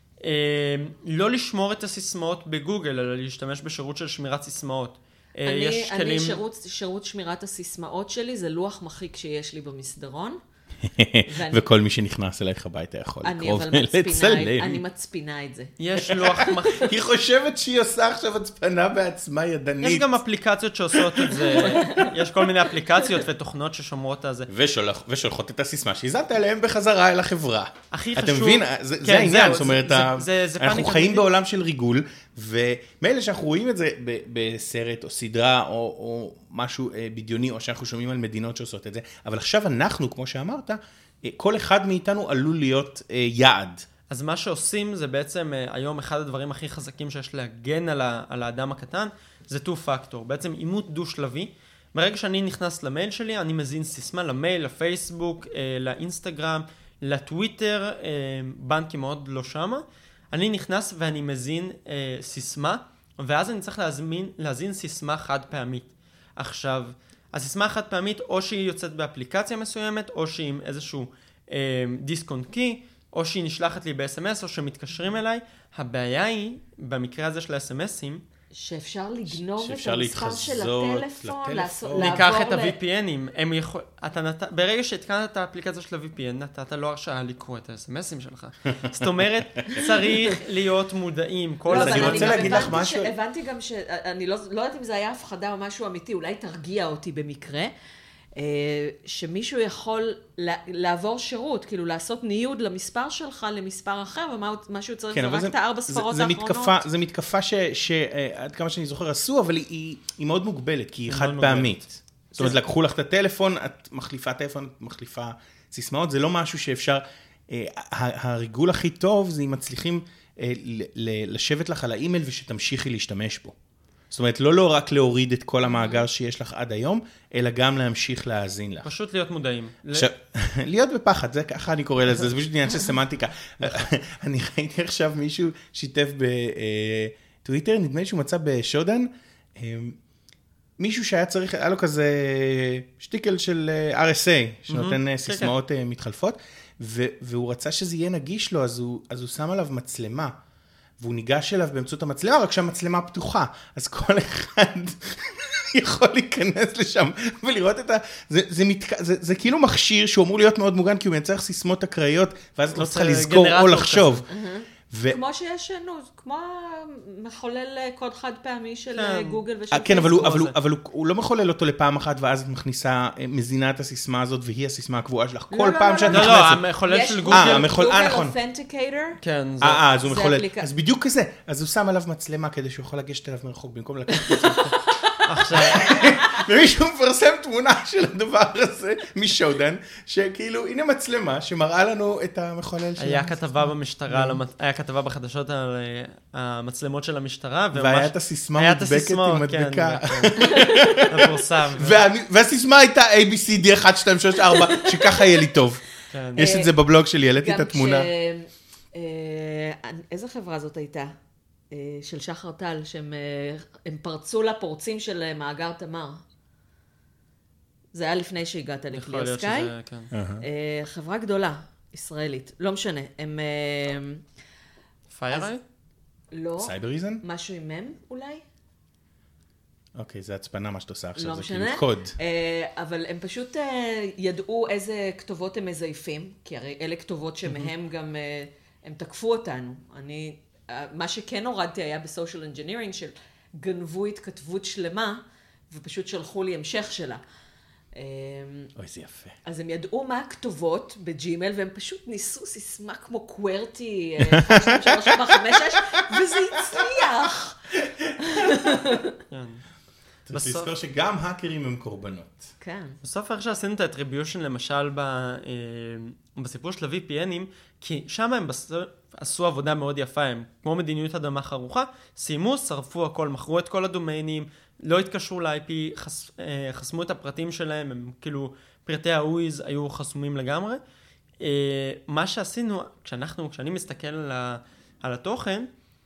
לא לשמור את הסיסמאות בגוגל, אלא להשתמש בשירות של שמירת סיסמאות. אני, אני שירות, שירות שמירת הסיסמאות שלי, זה לוח מחיק שיש לי במסדרון. ואני... וכל מי שנכנס אלייך הביתה יכול לקרוב ולצלם. אני מצפינה את זה. יש לוח מחיק. היא חושבת שהיא עושה עכשיו הצפנה בעצמה ידנית. יש גם אפליקציות שעושות את זה. יש כל מיני אפליקציות ותוכנות ששומרות על זה. ושולח, ושולחות את הסיסמה שהזנת עליהם בחזרה אל החברה. הכי חשוב. אתה מבין? זה, כן, זה העניין. זאת אומרת, זה, זה, זה אנחנו חיים בעולם של ריגול, ומילא שאנחנו רואים את זה בסרט או סדרה או, או משהו בדיוני, או שאנחנו שומעים על מדינות שעושות את זה, אבל עכשיו אנחנו, כמו שאמרת, כל אחד מאיתנו עלול להיות יעד. אז מה שעושים זה בעצם היום אחד הדברים הכי חזקים שיש להגן על, ה, על האדם הקטן, זה טו פקטור, בעצם אימות דו-שלבי. ברגע שאני נכנס למייל שלי, אני מזין סיסמה למייל, לפייסבוק, לאינסטגרם, לטוויטר, בנקים מאוד לא שמה. אני נכנס ואני מזין סיסמה, ואז אני צריך להזמין, להזין סיסמה חד פעמית. עכשיו, הסיסמה החד פעמית או שהיא יוצאת באפליקציה מסוימת, או שהיא עם איזשהו דיסק און קי, או שהיא נשלחת לי ב-אס אם אס, או שמתקשרים אליי. הבעיה היא, במקרה הזה של ה-אס אם אסים, שאפשר לגנוב שאפשר את המספר של הטלפון, לעבור... ניקח את ה-וי פי אנים, הם יכול... אתה נת... ברגע שהתקנת את האפליקציה של ה-וי פי אן, נתת לא הרשאה לקרוא את ה-אס אם אסים שלך. זאת אומרת, צריך להיות מודעים כל לא, הזמן. אני רוצה להגיד לך משהו. הבנתי גם שאני לא, לא יודעת אם זה היה הפחדה או משהו אמיתי, אולי תרגיע אותי במקרה, שמישהו יכול לעבור שירות, כאילו לעשות ניוד למספר שלך למספר אחר, ומה שהוא צריך זה רק את הארבע ספרות האחרונות. זה מתקפה שעד כמה שאני זוכר עשו, אבל היא מאוד מוגבלת, כי היא חד פעמית. זאת אומרת, לקחו לך את הטלפון, את מחליפה טלפון, את מחליפה סיסמאות, זה לא משהו שאפשר, הריגול הכי טוב זה אם מצליחים לשבת לך על האימייל ושתמשיכי להשתמש בו. זאת אומרת, לא לא רק להוריד את כל המאגר שיש לך עד היום, אלא גם להמשיך להאזין לך. פשוט להיות מודעים. להיות בפחד, זה ככה אני קורא לזה, זה פשוט עניין של סמנטיקה. אני ראיתי עכשיו מישהו שיתף בטוויטר, נדמה לי שהוא מצא בשודן, מישהו שהיה צריך, היה לו כזה שטיקל של אר אס איי, שנותן סיסמאות מתחלפות, והוא רצה שזה יהיה נגיש לו, אז הוא, אז הוא שם עליו מצלמה, והוא ניגש אליו באמצעות המצלמה, רק שהמצלמה פתוחה, אז כל אחד יכול להיכנס לשם ולראות את ה... זה, זה, מתק... זה, זה כאילו מכשיר שהוא אמור להיות מאוד מוגן, כי הוא מייצר סיסמות אקראיות, ואז את לא צריכה לזכור או לחשוב. ו... כמו שיש, נו, כמו מחולל קוד חד פעמי של גוגל ושל פייסבוק. כן, אבל, הוא, אבל, הוא, אבל הוא, הוא לא מחולל אותו לפעם אחת, ואז את מכניסה, מזינה את הסיסמה הזאת, והיא הסיסמה הקבועה שלך, כל לא, פעם לא, שאת לא, נכנסת. לא, לא, המחולל של גוגל. אה, המחולל, גוגל נכון. אותנטיקטור. כן, זה... אה, אז הוא מחולל. אפליקציה. אז בדיוק כזה, אז הוא שם עליו מצלמה, כדי שהוא יכול לגשת אליו מרחוק, במקום לקחת את זה. עכשיו... ומישהו מפרסם תמונה של הדבר הזה משודן, שכאילו, הנה מצלמה שמראה לנו את המחולל שלנו. היה כתבה במשטרה, היה כתבה בחדשות על המצלמות של המשטרה, והיה את הסיסמה מודבקת עם מדבקה. זה פורסם. והסיסמה הייתה איי בי סי די אחת שתיים שלוש ארבע, שככה יהיה לי טוב. יש את זה בבלוג שלי, העליתי את התמונה. איזה חברה זאת הייתה? של שחר טל, שהם פרצו לפורצים של מאגר תמר. זה היה לפני שהגעת לקליר סקאי. חברה גדולה, ישראלית. לא משנה, הם... פיירי? לא. סייבריזן? משהו עם מם אולי? אוקיי, זה הצפנה מה שאתה עושה עכשיו, לא זה משנה. כאילו קוד. אבל הם פשוט ידעו איזה כתובות הם מזייפים, כי הרי אלה כתובות שמהם גם... הם תקפו אותנו. אני... מה שכן הורדתי היה בסושיאל אנג'ינירינג, של גנבו התכתבות שלמה, ופשוט שלחו לי המשך שלה. אוי, זה יפה. אז הם ידעו מה הכתובות בג'ימל, והם פשוט ניסו סיסמה כמו קוורטי, אחת, שתיים, שלוש, ארבע, חמש, שש, וזה הצליח. צריך לזכור שגם האקרים הם קורבנות. כן. בסוף איך שעשינו את האטריביושן, למשל, בסיפור של ה-וי פי אנים, כי שם הם עשו עבודה מאוד יפה, הם כמו מדיניות אדמה חרוכה, סיימו, שרפו הכל, מכרו את כל הדומיינים, לא התקשרו ל-איי פי, חס, חסמו את הפרטים שלהם, הם כאילו, פרטי ה-וויז היו חסומים לגמרי. מה שעשינו, כשאנחנו, כשאני מסתכל על, ה, על התוכן,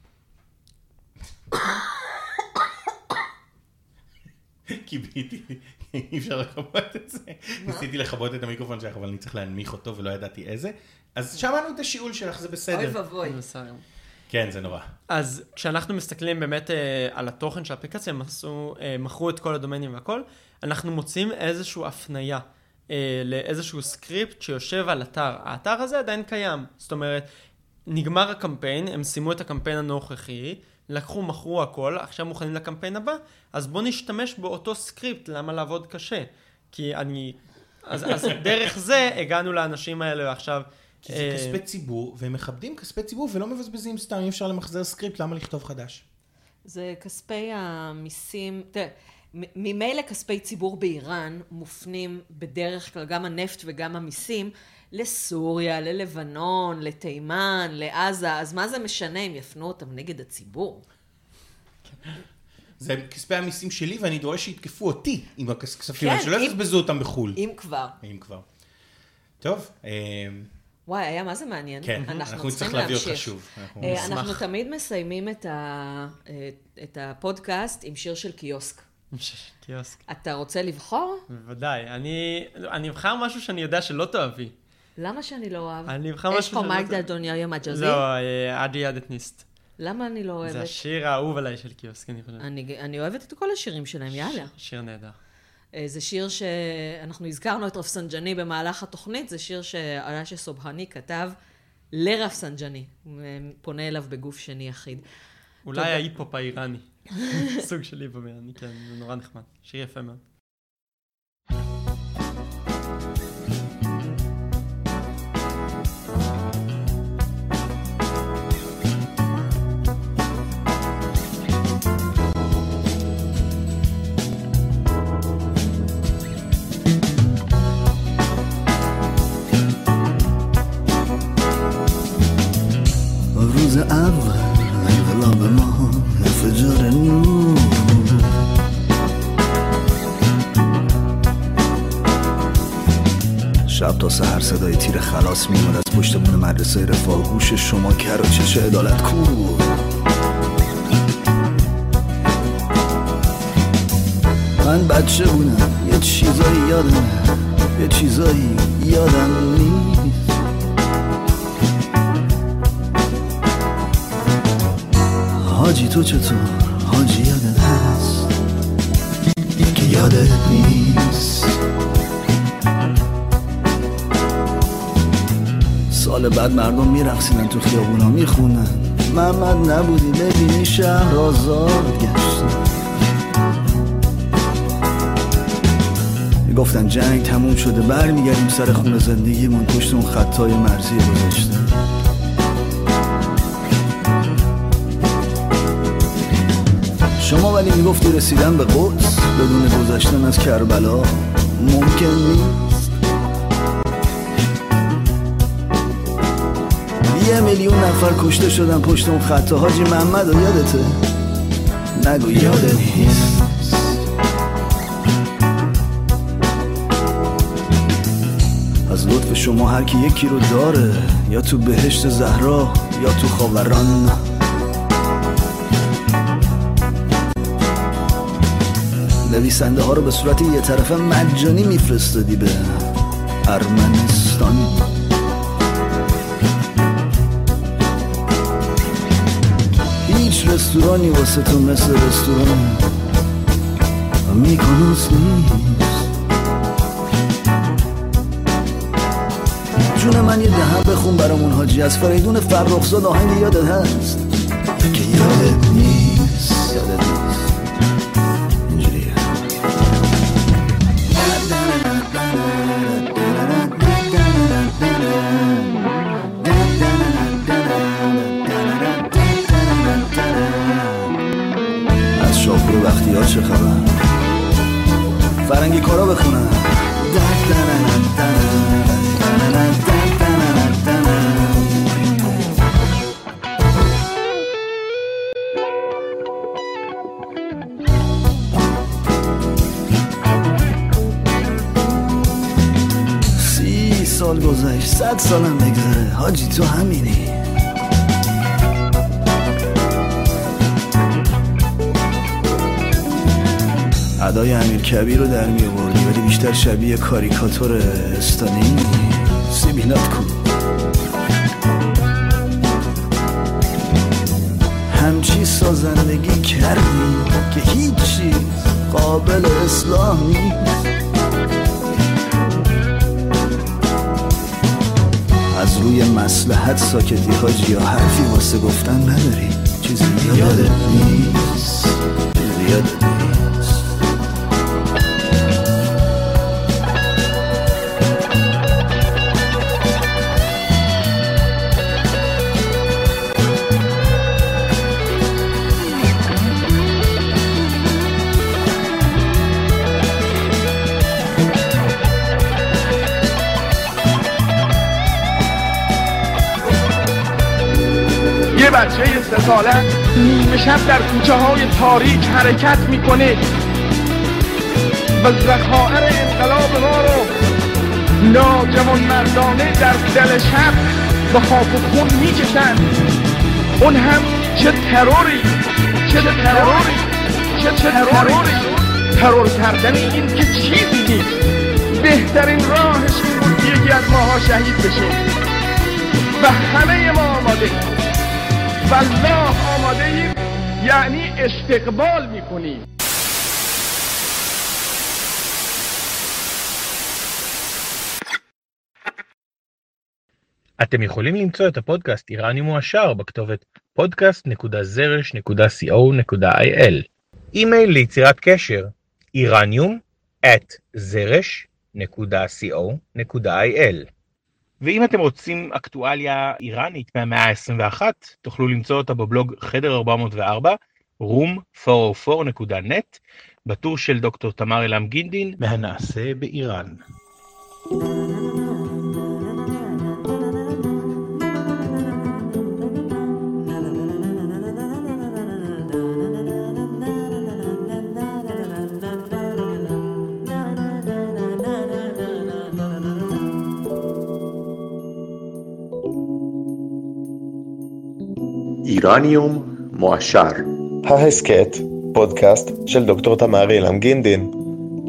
קיביתי, אי אפשר לחבות את זה. ניסיתי לחבות את המיקרופון שלך, אבל אני צריך להנמיך אותו ולא ידעתי איזה. אז שמענו את השיעול שלך, זה בסדר. אוי ובוי. כן, זה נורא. אז כשאנחנו מסתכלים באמת על התוכן של האפליקציה, הם עשו, מכרו את כל הדומיינים והכל, אנחנו מוצאים איזשהו הפניה לאיזשהו סקריפט שיושב על אתר. האתר הזה עדיין קיים. זאת אומרת, נגמר הקמפיין, הם סיימו את הקמפיין הנוכחי, לקחו, מכרו הכל, עכשיו מוכנים לקמפיין הבא, אז בוא נשתמש באותו סקריפט, למה לעבוד קשה? כי אני... אז, אז דרך זה הגענו לאנשים האלה ועכשיו... כי זה כספי ציבור, והם מכבדים כספי ציבור ולא מבזבזים סתם, אי אפשר למחזר סקריפט, למה לכתוב חדש? זה כספי המיסים... תראה, ממילא כספי ציבור באיראן מופנים בדרך כלל גם הנפט וגם המיסים לסוריה, ללבנון, לתימן, לעזה, אז מה זה משנה אם יפנו אותם נגד הציבור? זה כספי המיסים שלי, ואני דורש שיתקפו אותי עם הכספים, כן, שלא יבזבזו אותם בחול. אם כבר. אם כבר. טוב. וואי, היה מה זה מעניין. כן, אנחנו, אנחנו צריכים להביא אותך שוב. אנחנו, אנחנו תמיד מסיימים את, ה, את הפודקאסט עם שיר של קיוסק. קיוסק. אתה רוצה לבחור? בוודאי. אני, אני אבחר משהו שאני יודע שלא תאהבי. למה שאני לא אוהב? אני אבחר משהו שלא תאהבי. יש פה מגדה דונייה מג'זי? לא, עדי עדתניסט. למה אני לא אוהבת? זה השיר האהוב עליי של קיוסק, אני חושב. אני, אני אוהבת את כל השירים שלהם, יאללה. שיר נהדר. זה שיר שאנחנו הזכרנו את רפסנג'ני במהלך התוכנית, זה שיר שעיישה סובהני כתב לרפסנג'ני, פונה אליו בגוף שני יחיד. אולי ההיפ-הופ האיראני. סוג של היפ-הופ האיראני, כן, זה נורא נחמד. שיר יפה מאוד. روز اول انقلاب ما انفجار نور شب تا سحر صدای تیر خلاص میومد از پشت بون مدرسه رفاه گوش شما کر و چش عدالت کور من بچه بودم یه چیزایی یادم، یه چیزایی یادم نیست. حاجی تو چطور؟ حاجی یادت هست که یادت نیست. سال بعد مردم میرقصیدن تو خیابونا میخونن محمد نبودی ببینی شهر آزاد گشتن. گفتن جنگ تموم شده برمیگردیم سر خونه زندگیمون پشت اون خطای مرزی گذاشته. شما ولی میگفتی رسیدن به قدس بدون گذشتن از کربلا ممکن نیست. یه میلیون نفر کشته شدن پشت اون خطا. حاجی محمد و یادته؟ نگو یادت نیست. از لطف شما هر کی یکی رو داره، یا تو بهشت زهرا یا تو خاوران. نویسنده ها رو به صورت یه طرفه مجانی میفرستادی به ارمنستان. هیچ رستورانی واسه تو مثل رستوران میکونوس نیست. جون من یه دهن بخون برامون حاجی از فریدون فرخزاد آهنگ یادت هست که یادت نیست. یادت نیست اینجوریه. از شاپور بختیار چه خبر؟ فرنگی کارا بخونم. سی سال گذشت، صد سالم بگذره حاجی تو همینی. ادای امیر کبیر رو در می آوردی ولی بیشتر شبیه کاریکاتور استانی. سیبیلات کن همچی سازندگی کردی که هیچ چیز قابل اصلاح نیست. از روی مصلحت ساکتی حاجی یا حرفی واسه گفتن نداری. چیزی یادت نیست. چیزی یادت نیست. یه بچه سه ساله نیمه شب در کوچه های تاریک حرکت میکنه و ذخایر انقلاب ما رو ناجوان مردانه در دل شب به خاک و خون میکشن. اون هم چه تروری چه تروری چه تروری ترور کردن این که چیزی نیست. بهترین راهش این بود که یکی از ماها شهید بشه و همه ما آماده والله آماده ایم، یعنی استقبال میکنیم. אתם יכולים למצוא את הפודקאסט איראניום מועשר בכתובת פודקאסט נקודה זרש נקודה סי או נקודה איי אל. אימייל ליצירת קשר איראניום at זרש נקודה סי או נקודה איי אל. ואם אתם רוצים אקטואליה איראנית מהמאה ה-עשרים ואחת, תוכלו למצוא אותה בבלוג חדר ארבע מאות וארבע, רום ארבע מאות וארבע נקודה נט, בטור של דוקטור תמר אלעם גינדין, מהנעשה באיראן. איראניום מועשר. ההסכת, פודקאסט של דוקטור תמר אלעם גינדין.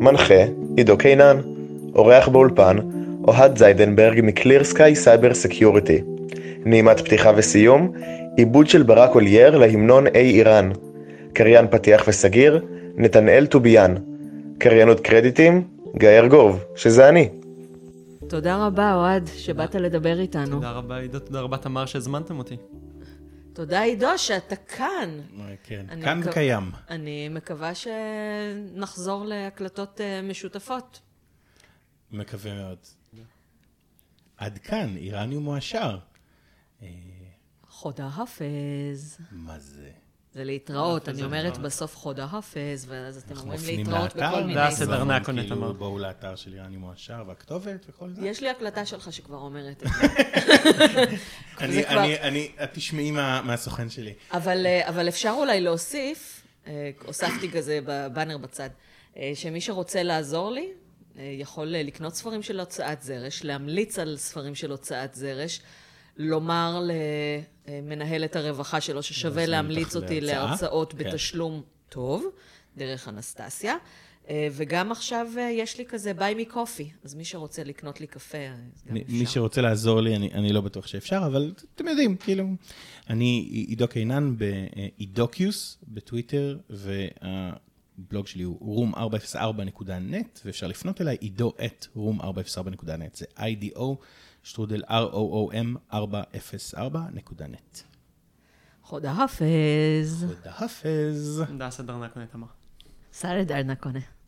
מנחה, עידו קינן, אורח באולפן, אוהד זיידנברג מקליר סקאי סייבר סקיוריטי. נעימת פתיחה וסיום, עיבוד של ברק אולייר להמנון איי איראן. קריין פתיח וסגיר, נתנאל טוביאן. קריינות קרדיטים, גיא ארגוב, שזה אני. תודה רבה, אוהד, שבאת לדבר איתנו. תודה רבה, עידו, תודה רבה, תמר, שהזמנתם אותי. תודה, עידו, שאתה כאן. כן, כאן קיים. אני מקווה שנחזור להקלטות משותפות. מקווה מאוד. עד כאן, איראניום מועשר. חודה הפז. מה זה? זה להתראות, אני אומרת בסוף חודה הפז, ואז אתם אומרים מפנים להתראות לאתר, בכל מיני... זה הסדר נקונה, כאילו תמר. בואו לאתר של איראניום מועשר והכתובת וכל זה. יש לי הקלטה שלך שכבר אומרת את אני, אני, אני, את תשמעי מה- מהסוכן שלי. אבל, אבל אפשר אולי להוסיף, אה, הוספתי כזה בבאנר בצד, אה, שמי שרוצה לעזור לי, אה, יכול לקנות ספרים של הוצאת זרש, להמליץ על ספרים של הוצאת זרש, לומר למנהלת הרווחה שלו ששווה להמליץ אותי להרצאה. להרצאות כן. בתשלום טוב, דרך אנסטסיה. אה, וגם עכשיו אה, יש לי כזה ביי מי קופי, אז מי שרוצה לקנות לי קפה, אז גם מי- מי אפשר. שרוצה לעזור לי, אני, אני לא בטוח שאפשר, אבל אתם יודעים, כאילו, אני עידו קינן באידוקיוס בטוויטר, והבלוג שלי הוא רום ארבע אפס ארבע נקודה נט, ואפשר לפנות אליי, עידו את רום ארבע אפס ארבע נקודה נט, זה איי די או, שטרודל אר או או אם ארבע אפס ארבע נקודה נט. חודה הפז. תודה חפז. זה הסדר נקונה, תמר. סרדר נקונה.